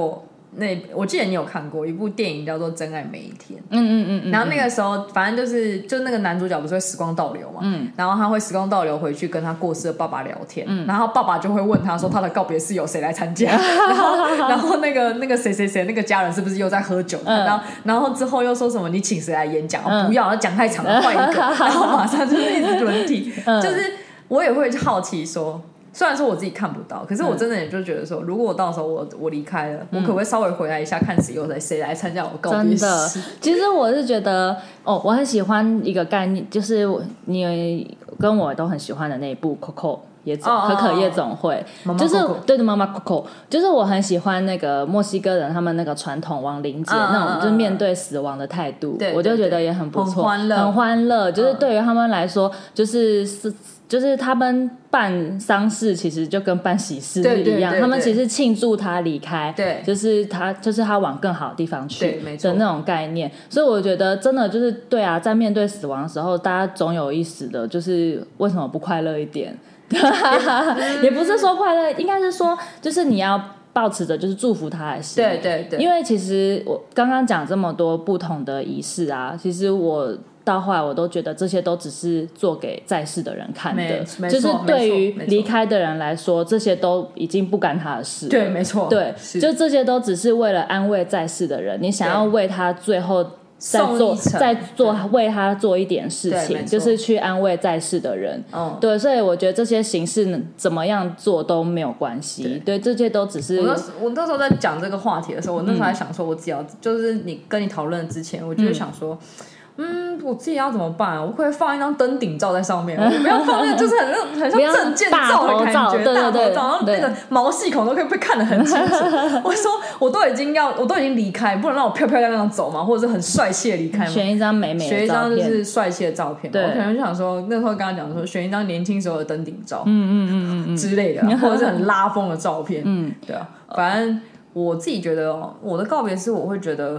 Speaker 1: 我记得你有看过一部电影叫做《真爱每一天》，然后那个时候反正就那个男主角不是会时光倒流嘛，然后他会时光倒流回去跟他过世的爸爸聊天，然后爸爸就会问他说他的告别式有谁来参加，然后那个谁谁谁那个家人是不是又在喝酒，然后之后又说什么你请谁来演讲，不要讲太长了换一个，然后马上就是一直轮替，就是我也会好奇说。虽然说我自己看不到，可是我真的也就觉得说，如果我到时候我离开了，我可不可以稍微回来一下，看谁来参加我告别式？真的，
Speaker 2: 其实我是觉得，我很喜欢一个概念，就是你跟我都很喜欢的那一部 Coco。可可夜总会，就是对的，妈妈 Coco， 就是我很喜欢那个墨西哥人他们那个传统亡灵节那种，就是面对死亡的态度，我就觉得也很不错，很欢乐，就是对于他们来说，就是他们办丧事其实就跟办喜事是一样，他们其实庆祝他离开，对，就是他往更好的地方去的那种概念，所以我觉得真的就是对啊，在面对死亡的时候，大家总有意识的，就是为什么不快乐一点？也不是说快乐，应该是说就是你要抱持着就是祝福他的心，对，因为其实我刚刚讲这么多不同的仪式啊，其实我到后来我都觉得这些都只是做给在世的人看的，就是对于离开的人来说，这些都已经不干他的事了，
Speaker 1: 对，没错，
Speaker 2: 对，就这些都只是为了安慰在世的人，你想要为他最后再做为他做一点事情，就是去安慰在世的人，对，所以我觉得这些形式怎么样做都没有关系，对，这些都只是
Speaker 1: 我那时候在讲这个话题的时候，我那时候还想说，我只要就是跟你讨论之前，我就想说。我自己要怎么办？我可以放一张登顶照在上面，我不要放那个就是很像证件照的感觉，大头照，然后那个毛细孔都可以被看得很清楚。我说我都已经离开，不能让我漂漂亮亮走嘛，或者是很帅气的离开吗？
Speaker 2: 选一张美美的照片，
Speaker 1: 选一张就是帅气的照片。我可能就想说，那时候跟他讲说，选一张年轻时候的登顶照，之类的，或者是很拉风的照片，对啊。反正我自己觉得，我的告别式我会觉得，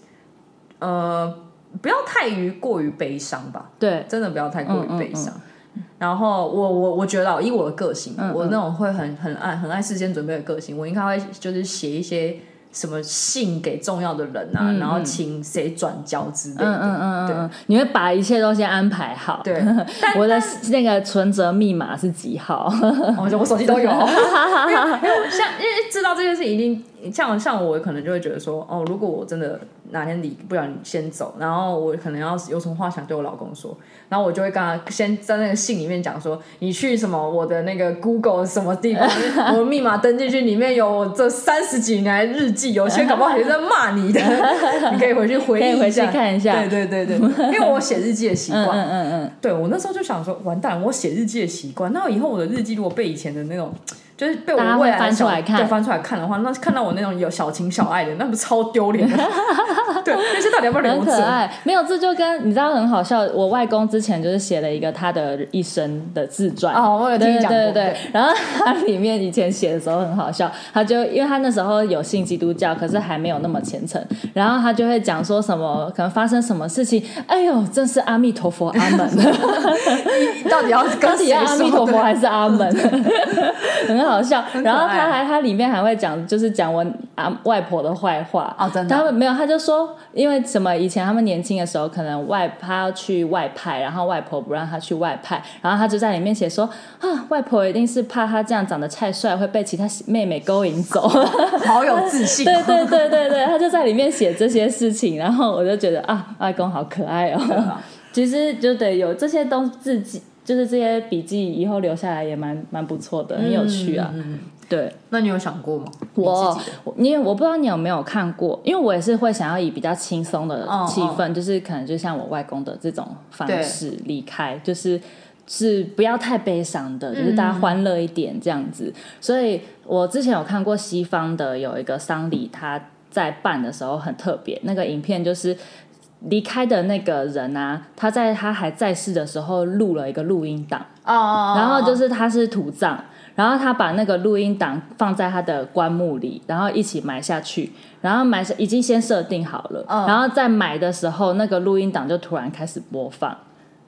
Speaker 1: 不要太过于悲伤吧，对，真的不要太过于悲伤。然后我觉得以我的个性，我那种会很爱事先准备的个性，我应该会就是写一些什么信给重要的人啊，然后请谁转交之类的。对，
Speaker 2: 你会把一切都先安排好。对，我的那个存折密码是几号？
Speaker 1: 我手机都有。因为知道这件事一定像我可能就会觉得说，如果我真的哪天不然先走，然后我可能要有什么话想对我老公说，然后我就会跟他先在那个信里面讲说，你去什么我的那个 Google 什么地方，我的密码登进去，里面有我这30几年来日记，有些搞不好也在骂你的，你可以回去回忆一下，可以
Speaker 2: 回去看一下。
Speaker 1: 对，因为我写日记的习惯，对，我那时候就想说，完蛋，我写日记的习惯，那以后我的日记如果被以前的那种。就是被我未来
Speaker 2: 翻出来
Speaker 1: 看的话，那看到我那种有小情小爱的，那不超丢脸的。对，那些到底要不要留着？
Speaker 2: 很可爱，没有，这就跟你知道很好笑。我外公之前就是写了一个他的一生的自传，
Speaker 1: 我有听讲过。
Speaker 2: 对，然后他里面以前写的时候很好笑，他就因为他那时候有信基督教，可是还没有那么虔诚，然后他就会讲说什么可能发生什么事情，哎呦，真是阿弥陀佛，阿门。
Speaker 1: 到底要
Speaker 2: 阿弥陀佛还是阿门？很好笑，然后他里面还会讲，就是讲我外婆的坏话。
Speaker 1: 真的。
Speaker 2: 他没有，他就说，因为什么？以前他们年轻的时候，可能他要去外派，然后外婆不让他去外派，然后他就在里面写说外婆一定是怕他这样长得太帅会被其他妹妹勾引走。
Speaker 1: 好有自信。
Speaker 2: 对，他就在里面写这些事情，然后我就觉得外公好可爱哦。其实就得有这些东西。就是这些笔记以后留下来也蛮不错的，很有趣啊。对，
Speaker 1: 那你有想过吗？
Speaker 2: 因为我不知道你有没有看过，因为我也是会想要以比较轻松的气氛，就是可能就像我外公的这种方式离开，就是不要太悲伤的，就是大家欢乐一点这样子。所以我之前有看过西方的有一个丧礼，他在办的时候很特别，那个影片就是离开的那个人啊，他还在世的时候录了一个录音档，然后就是他是土葬，然后他把那个录音档放在他的棺木里，然后一起埋下去，然后已经先设定好了，然后在埋的时候那个录音档就突然开始播放，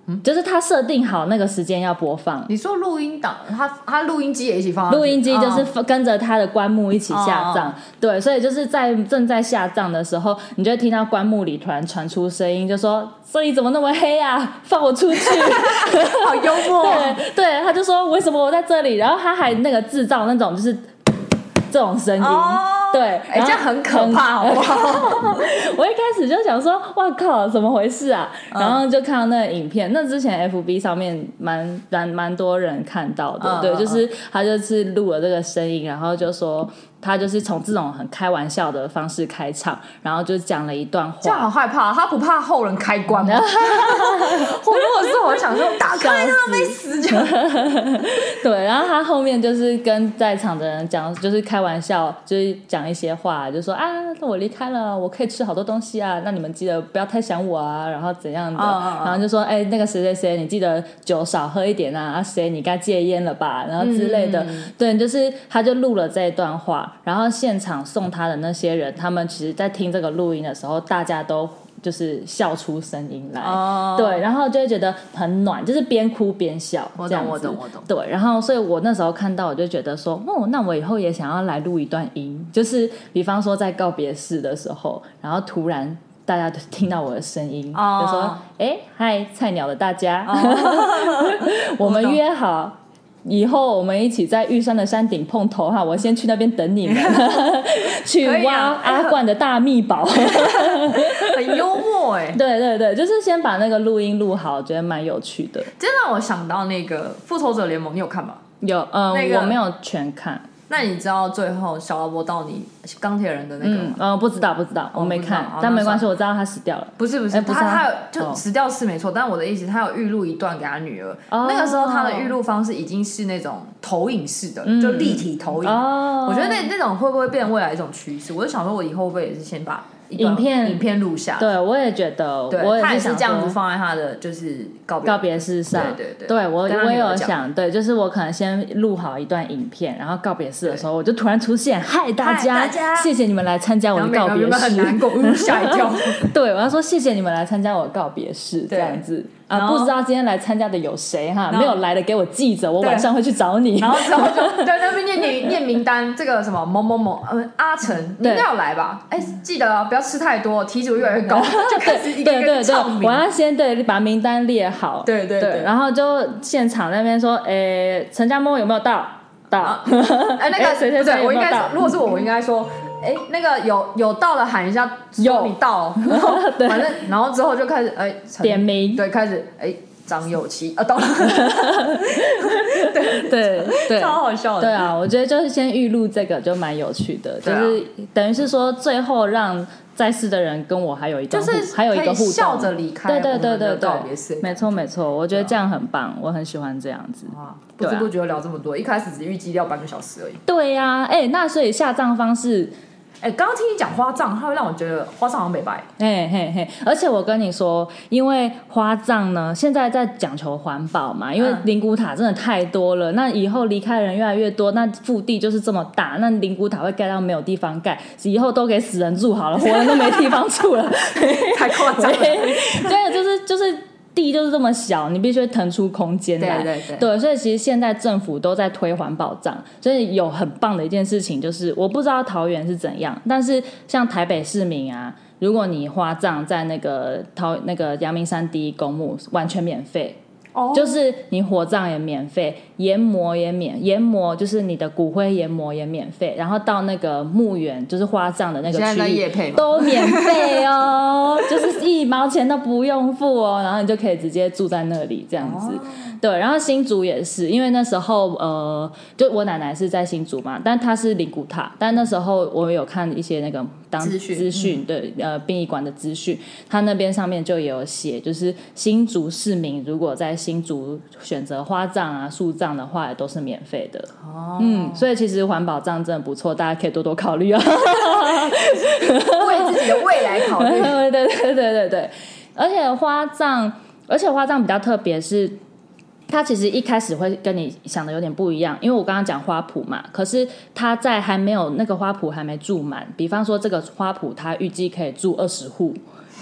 Speaker 2: 就是他设定好那个时间要播放。
Speaker 1: 你说录音档，他录音机也一起放，
Speaker 2: 录音机就是跟着他的棺木一起下葬，对，所以就是正在下葬的时候，你就会听到棺木里突然传出声音，就说这里怎么那么黑啊，放我出去。
Speaker 1: 好幽默。
Speaker 2: 对，他就说为什么我在这里，然后他还那个制造那种就是这种声音。对，
Speaker 1: 这样很可怕，好不好？
Speaker 2: 我一开始就想说，哇靠，怎么回事啊？然后就看到那个影片，那之前 FB 上面蛮多人看到的，对，就是他就是录了这个声音，然后就说他就是从这种很开玩笑的方式开场，然后就讲了一段话。
Speaker 1: 这样好害怕，他不怕后人开棺吗？我如果是我想说打开他没死这样。
Speaker 2: 对，然后他后面就是跟在场的人讲，就是开玩笑，就是讲一些话，就说啊，我离开了，我可以吃好多东西啊，那你们记得不要太想我啊，然后怎样的，然后就说那个谁谁谁，你记得酒少喝一点啊，谁你该戒烟了吧，然后之类的。对，就是他就录了这一段话，然后现场送他的那些人，他们其实在听这个录音的时候，大家都就是笑出声音来，对，然后就会觉得很暖，就是边哭边笑，
Speaker 1: 我
Speaker 2: 懂。对，然后所以我那时候看到，我就觉得说，那我以后也想要来录一段音，就是比方说在告别式的时候，然后突然大家听到我的声音，就说，嗨，菜鸟的大家，我们约好。以后我们一起在玉山的山顶碰头哈，我先去那边等你们，去挖阿冠的大秘宝，
Speaker 1: 很幽默
Speaker 2: 对，就是先把那个录音录好，觉得蛮有趣的。
Speaker 1: 这让我想到那个《复仇者联盟》，你有看吗？
Speaker 2: 有，我没有全看。
Speaker 1: 那你知道最后小劳勃道尼钢铁人的那个
Speaker 2: 不知道，我没看，但没关系，我知道他死掉了。
Speaker 1: 不是，他有就死掉是没错，但我的意思，他有预录一段给他女儿。那个时候他的预录方式已经是那种投影式的，就立体投影。我觉得那种会不会变未来一种趋势？我就想说，我以后会不会也是先把影片录下？
Speaker 2: 对，我也觉得，我
Speaker 1: 也是这样子放在他的就是告别
Speaker 2: 式上。
Speaker 1: 对，
Speaker 2: 我也有想，对，就是我可能先录好一段影片，然后告别式的时候，我就突然出现，嗨大家，谢谢你们来参加我的告别式，
Speaker 1: 很难过，吓一跳。
Speaker 2: 对，我要说谢谢你们来参加我的告别式，这样子。不知道今天来参加的有谁哈？没有来的给我记着，我晚上会去找你。
Speaker 1: 然后之后就在那边念名单，这个什么某某某，阿成，你应该有来吧？记得啊，不要吃太多，体脂越来越高，就开始一个一个唱名。
Speaker 2: 我要先把名单列好，
Speaker 1: 对，
Speaker 2: 然后就现场那边说，陈家默有没有到？
Speaker 1: 那个谁，我应该如果是我应该说。那个有到的喊一下，有你到，反正然后之后就开始
Speaker 2: 点名，
Speaker 1: 对，开始张幼琪到了，
Speaker 2: 对，
Speaker 1: 超好笑的。
Speaker 2: 对啊，我觉得就是先预录这个就蛮有趣的，就是等于是说最后让在世的人跟我还有一个还有一个互动，
Speaker 1: 笑着离开，
Speaker 2: 对，
Speaker 1: 告别式，
Speaker 2: 没错，我觉得这样很棒，我很喜欢这样子。
Speaker 1: 不知不觉聊这么多，一开始只预计聊半个小时而已。
Speaker 2: 对呀，那所以下葬方式。
Speaker 1: 刚刚听你讲花葬，它会让我觉得花葬好像美白。
Speaker 2: 而且我跟你说，因为花葬呢，现在在讲求环保嘛，因为灵骨塔真的太多了，那以后离开的人越来越多，那腹地就是这么大，那灵骨塔会盖到没有地方盖，以后都给死人住好了，活人都没地方住了，
Speaker 1: 太夸张了。
Speaker 2: 对，就是地就是这么小，你必须腾出空间来。对，所以其实现在政府都在推环保葬，所以有很棒的一件事情就是，我不知道桃园是怎样，但是像台北市民啊，如果你花葬在那个阳明山第一公墓，完全免费。就是你火葬也免费，研磨就是你的骨灰研磨也免费，然后到那个墓园就是花葬的那个区域都免费哦，就是1毛钱都不用付哦，然后你就可以直接住在那里这样子。对，然后新竹也是，因为那时候就我奶奶是在新竹嘛，但她是灵骨塔，但那时候我有看一些那个资讯，对，殡仪馆的资讯，他那边上面就有写，就是新竹市民如果在新竹选择花葬啊、树葬的话，也都是免费的。所以其实环保葬真的不错，大家可以多多考虑啊，
Speaker 1: 为自己的未来考虑。
Speaker 2: 对，而且花葬比较特别是。它其实一开始会跟你想的有点不一样，因为我刚刚讲花圃嘛，可是它在还没有那个花圃还没住满，比方说这个花圃它预计可以住20户，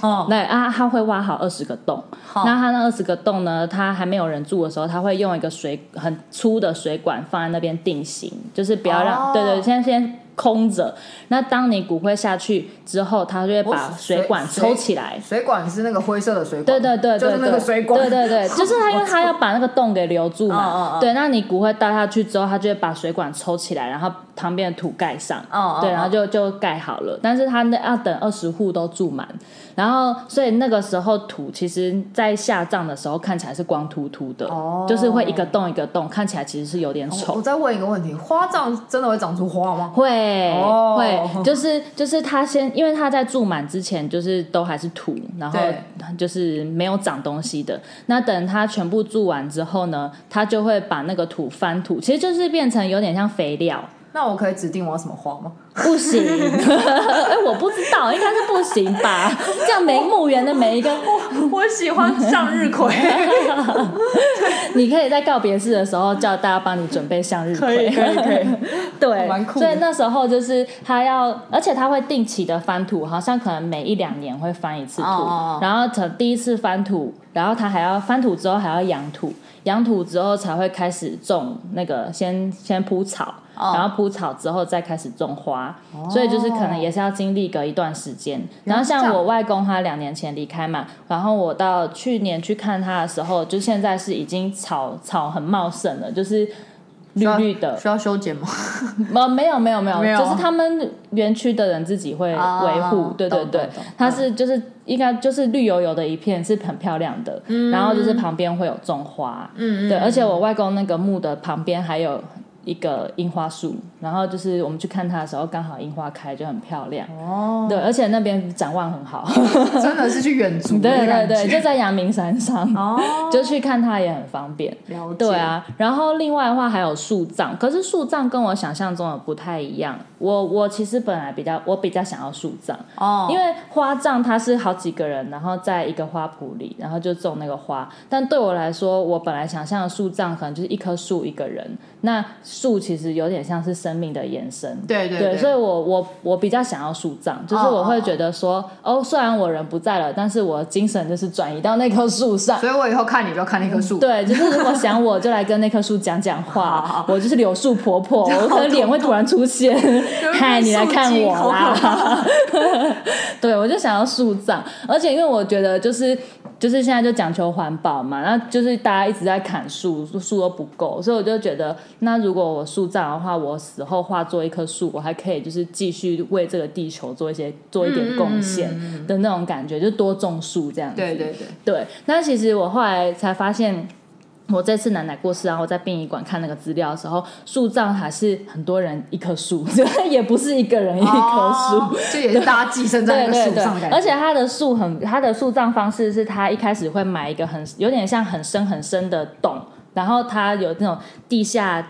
Speaker 2: 对啊，他会挖好20个洞。那他那20个洞呢，他还没有人住的时候，他会用一个很粗的水管放在那边定型，就是不要让对先空着。那当你骨灰下去之后，他就会把水管抽起来。
Speaker 1: 水管是那个灰色的水管，
Speaker 2: 对，
Speaker 1: 就是那个水管，
Speaker 2: 对，就是他，因为他要把那个洞给留住嘛。对，那你骨灰倒下去之后，他就会把水管抽起来，然后旁边的土盖上。对，然后就盖好了。但是他要等20户都住满，然后所以那个时候土其实在下葬的时候看起来是光秃秃的，就是会一个洞一个洞，看起来其实是有点丑。
Speaker 1: 我再问一个问题，花葬真的会长出花吗？
Speaker 2: 会，就是他先，因为他在住满之前就是都还是土，然后就是没有长东西的。那等他全部住完之后呢，他就会把那个土翻土，其实就是变成有点像肥料。
Speaker 1: 那我可以指定我要什么花吗？
Speaker 2: 不行，我不知道，应该是不行吧？这样墓园的每一个，
Speaker 1: 我喜欢向日葵。
Speaker 2: 你可以在告别式的时候叫大家帮你准备向日葵，
Speaker 1: 可以，
Speaker 2: 对，
Speaker 1: 蛮酷的。
Speaker 2: 所以那时候就是他要，而且他会定期的翻土，好像可能每1-2年会翻一次土，然后第一次翻土，然后他还要翻土之后还要养土。养土之后才会开始种那个先铺草，然后铺草之后再开始种花，所以就是可能也是要经历个一段时间。然后像我外公他2年前离开嘛，然后我到去年去看他的时候，就现在是已经草很茂盛了，就是绿绿的。
Speaker 1: 需要修剪吗？
Speaker 2: 没有，就是他们园区的人自己会维护。对，它是就是应该就是绿油油的一片，是很漂亮的。然后就是旁边会有种花。对，而且我外公那个墓的旁边还有一个樱花树，然后就是我们去看它的时候，刚好樱花开，就很漂亮。对，而且那边展望很好，
Speaker 1: 真的是去远足的
Speaker 2: 感觉。对，就在阳明山上。就去看它也很方便。
Speaker 1: 了解。
Speaker 2: 对啊，然后另外的话还有树葬，可是树葬跟我想象中的不太一样。我其实本来比较想要树葬。因为花葬它是好几个人，然后在一个花圃里，然后就种那个花。但对我来说，我本来想象的树葬可能就是一棵树一个人。那树其实有点像是生命的延伸。对，所以我比较想要树葬，就是我会觉得说，虽然我人不在了，但是我的精神就是转移到那棵树上。
Speaker 1: 所以我以后看你就要看那棵树。
Speaker 2: 对，就是如果想我就来跟那棵树讲话。我就是柳树婆婆，我可能脸会突然出现，嗨，你来看我啦。对，我就想要树葬，而且因为我觉得就是现在就讲求环保嘛，然后就是大家一直在砍树都不够，所以我就觉得，那如果我树葬的话，我死后化作一棵树，我还可以就是继续为这个地球做一点贡献的那种感觉，就多种树这样子。对。那其实我后来才发现。我这次奶奶过世，然后我在殡仪馆看那个资料的时候，树葬还是很多人一棵树，也不是一个人一棵树，
Speaker 1: 这也是大家寄生在那个树上的感觉。
Speaker 2: 而且它的树葬方式是，它一开始会埋一个有点像很深很深的洞，然后它有那种地下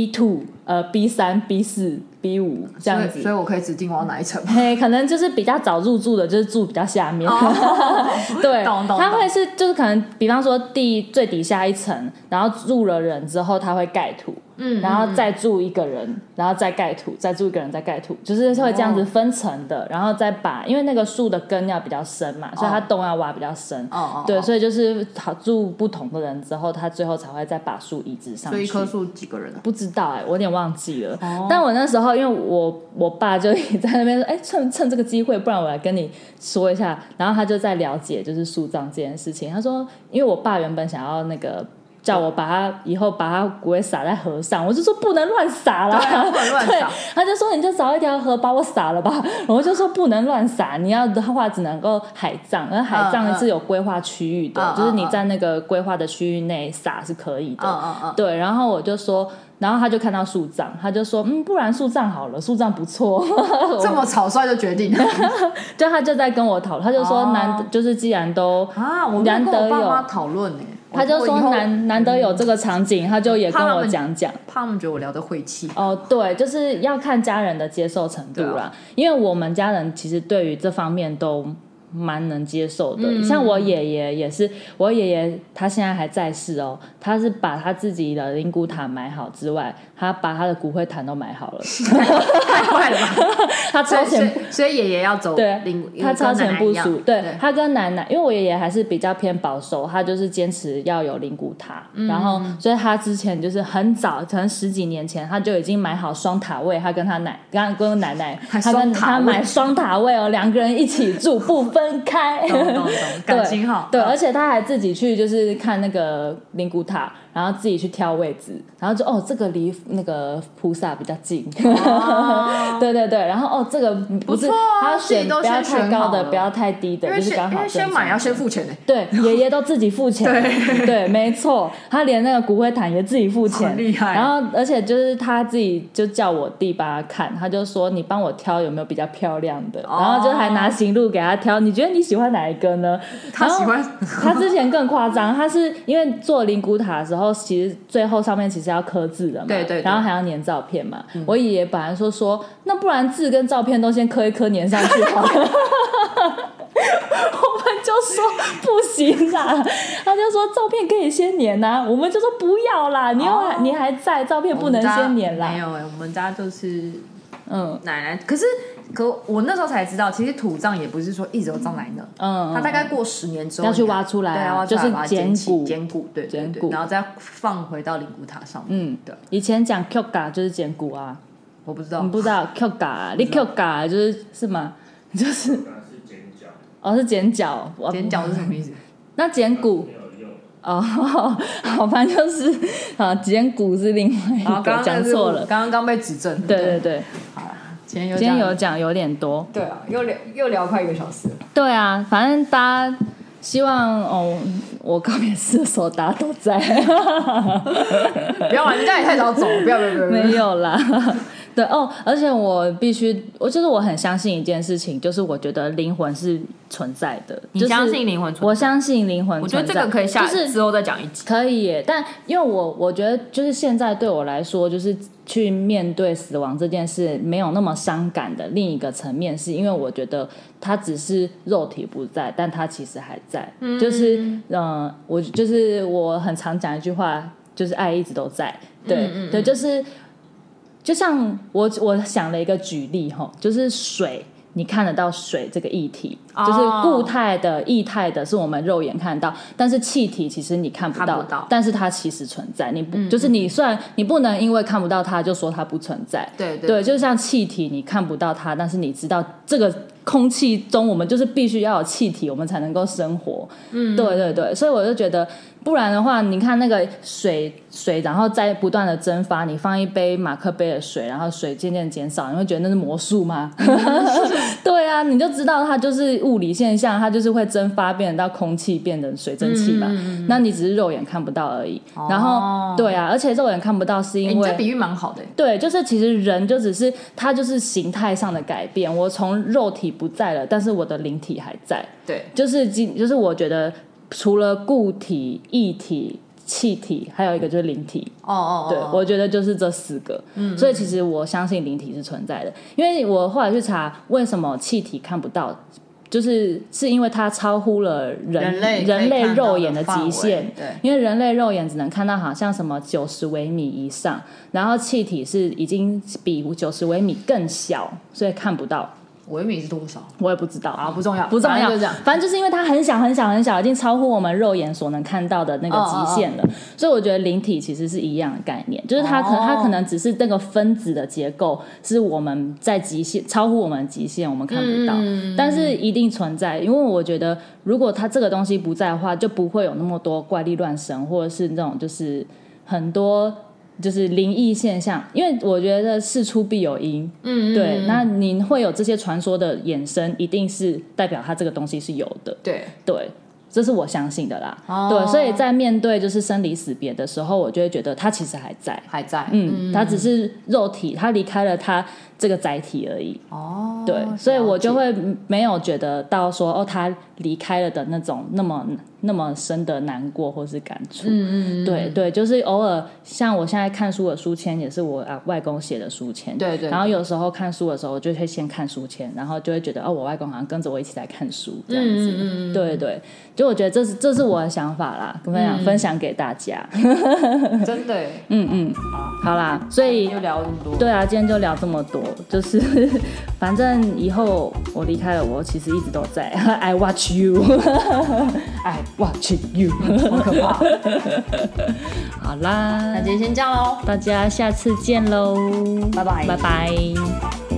Speaker 2: B2、B3、B4、B5 这样子，
Speaker 1: 所以我可以指定我要哪一层。
Speaker 2: 可能就是比较早入住的，就是住比较下面。对，它会是就是可能，比方说最底下一层，然后住了人之后，它会盖土。然后再住一个人，然后再盖土，再住一个人，再盖土，就是会这样子分层的，然后再因为那个树的根要比较深嘛，所以它洞要挖比较深。对，所以就是住不同的人之后，他最后才会再把树移植上去。
Speaker 1: 所以一棵树几个人？
Speaker 2: 不知道我有点忘记了。但我那时候因为我爸就在那边说，趁这个机会，不然我来跟你说一下。然后他就在了解就是树葬这件事情。他说，因为我爸原本想要那个。叫我以后把它骨灰撒在河上，我就说不能乱撒啦，
Speaker 1: 不能乱撒。
Speaker 2: 他就说你就找一条河把我撒了吧，我就说不能乱撒，你要的话只能够海葬，而海葬是有规划区域的，就是你在那个规划的区域内撒是可以的。对，然后我就说。然后他就看到树葬，他就说不然树葬好了，树葬不错。
Speaker 1: 这么草率就决定了。
Speaker 2: 就他就在跟我讨论，他就说就是既然都
Speaker 1: 我难得有，我跟我爸妈讨论
Speaker 2: 他就说难得有这个场景，他就也跟我讲，
Speaker 1: 怕他们觉得我聊得晦气。
Speaker 2: 对，就是要看家人的接受程度啦，因为我们家人其实对于这方面都蛮能接受的。像我爷爷也是，我爷爷他现在还在世他是把他自己的灵骨塔买好之外，他把他的骨灰坛都买好了。
Speaker 1: 太快了吧。
Speaker 2: 他超前
Speaker 1: 所以爷爷要走
Speaker 2: 对，他超前部署，对，
Speaker 1: 对
Speaker 2: 他跟奶奶，因为我爷爷还是比较偏保守，他就是坚持要有灵骨塔，然后所以他之前就是很早，可能10几年前他就已经买好双塔位，他跟他奶奶，他跟他买双塔位哦，2个人一起住不分开，
Speaker 1: 懂，感情好，
Speaker 2: 对，而且他还自己去就是看那个灵骨塔，然后自己去挑位置，然后就这个离那个菩萨比较近，对对对，然后这个不是他选不要太高的，不要太低的，就是刚好。
Speaker 1: 因为先买要先付钱的，
Speaker 2: 对，爷爷都自己付钱，对，没错，他连那个骨灰坛也自己付钱，
Speaker 1: 很厉害。
Speaker 2: 然后而且就是他自己就叫我弟帮他看，他就说你帮我挑有没有比较漂亮的，然后就还拿行路给他挑，你觉得你喜欢哪一个呢？
Speaker 1: 他喜欢，
Speaker 2: 他之前更夸张，他是因为做灵骨塔的时候，其实最后上面其实要刻字的嘛，
Speaker 1: 对，
Speaker 2: 然后还要粘照片嘛。我爷爷本来说那不然字跟照片都先刻一刻粘上去好了。我们就说不行啦，他就说照片可以先粘啊，我们就说不要啦，你还在，照片不能先粘啦。
Speaker 1: 没有我们家就是奶奶，可我那时候才知道，其实土葬也不是说一直都葬在那，他大概过10年之后
Speaker 2: 要去挖出来，
Speaker 1: 对，要
Speaker 2: 就是捡
Speaker 1: 骨，对，然后再放回到灵骨塔上面。对，
Speaker 2: 以前讲 Kyoga 就是捡骨啊，
Speaker 1: 我不知道，
Speaker 2: 你不知道 Kyoga 啊？你 Kyoga 是吗？就是是剪脚，
Speaker 1: 剪脚是什么意思？
Speaker 2: 那剪骨好，反正就是剪骨是另外一个，讲错了，
Speaker 1: 刚被指正。
Speaker 2: 对，
Speaker 1: 好了，今天
Speaker 2: 有讲有点多，
Speaker 1: 对啊，又聊快1个小时了。
Speaker 2: 对啊，反正大家希望我告别式的时候大家都在，
Speaker 1: 不要玩，人家也太早走，不要，
Speaker 2: 没有啦。对而且我很相信一件事情，就是我觉得灵魂是存在的。
Speaker 1: 你相信灵魂存在？
Speaker 2: 我相信灵魂存在。
Speaker 1: 我觉得这个可以之后再讲一集。
Speaker 2: 可以耶，但因为我觉得就是现在对我来说，就是去面对死亡这件事没有那么伤感的另一个层面，是因为我觉得它只是肉体不在，但它其实还在。就是我很常讲一句话，就是爱一直都在。对，就像我想了一个举例就是水，你看得到水这个液体，就是固态的、液态的，是我们肉眼看到，但是气体其实你看不到，但是它其实存在。就是你虽然你不能因为看不到它就说它不存在，对，就像气体你看不到它，但是你知道这个空气中我们就是必须要有气体，我们才能够生活。对，所以我就觉得。不然的话，你看那个水，然后再不断的蒸发，你放一杯马克杯的水，然后水渐渐减少，你会觉得那是魔术吗？对啊，你就知道它就是物理现象，它就是会蒸发变到空气变成水蒸气嘛。那你只是肉眼看不到而已。然后对啊，而且肉眼看不到是因为
Speaker 1: 你这比喻蛮好的。
Speaker 2: 对，就是其实人就只是它就是形态上的改变，我从肉体不在了，但是我的灵体还在。
Speaker 1: 对，
Speaker 2: 就是我觉得。除了固体、液体、气体，还有一个就是灵体。对，我觉得就是这4个。所以其实我相信灵体是存在的，因为我后来去查为什么气体看不到，是因为它超乎了人类肉眼的极限。
Speaker 1: 对，
Speaker 2: 因为人类肉眼只能看到好像什么90微米以上，然后气体是已经比90微米更小，所以看不到。
Speaker 1: 微米是多少？
Speaker 2: 我也不知道
Speaker 1: 啊，不重要，
Speaker 2: 反正就是因为它很小很小很小，已经超乎我们肉眼所能看到的那个极限了。所以我觉得灵体其实是一样的概念，就是它可能只是这个分子的结构是我们在极限超乎我们的极限，我们看不到，但是一定存在。因为我觉得如果它这个东西不在的话，就不会有那么多怪力乱神，或者是那种就是很多。就是灵异现象，因为我觉得事出必有因，对，那你会有这些传说的衍生，一定是代表它这个东西是有的，
Speaker 1: 对，
Speaker 2: 这是我相信的啦。对，所以在面对就是生离死别的时候，我就会觉得它其实还在，它只是肉体，它离开了它这个载体而已。对，所以我就会没有觉得到说他离开了的那种那么深的难过或是感触。对，就是偶尔像我现在看书的书签也是我外公写的书签。
Speaker 1: 对，
Speaker 2: 然后有时候看书的时候，我就会先看书签，然后就会觉得我外公好像跟着我一起来看书这样子。对，就我觉得这是我的想法啦，分享给大家。
Speaker 1: 真的。
Speaker 2: 好啦，所以
Speaker 1: 就聊这么多。
Speaker 2: 对啊，今天就聊这么多，就是反正以后我离开了，我其实一直都在。I watch you， I watch you，
Speaker 1: 好可怕。
Speaker 2: 好啦，
Speaker 1: 那今天先这样喽，
Speaker 2: 大家下次见喽，
Speaker 1: 拜拜，
Speaker 2: 拜拜。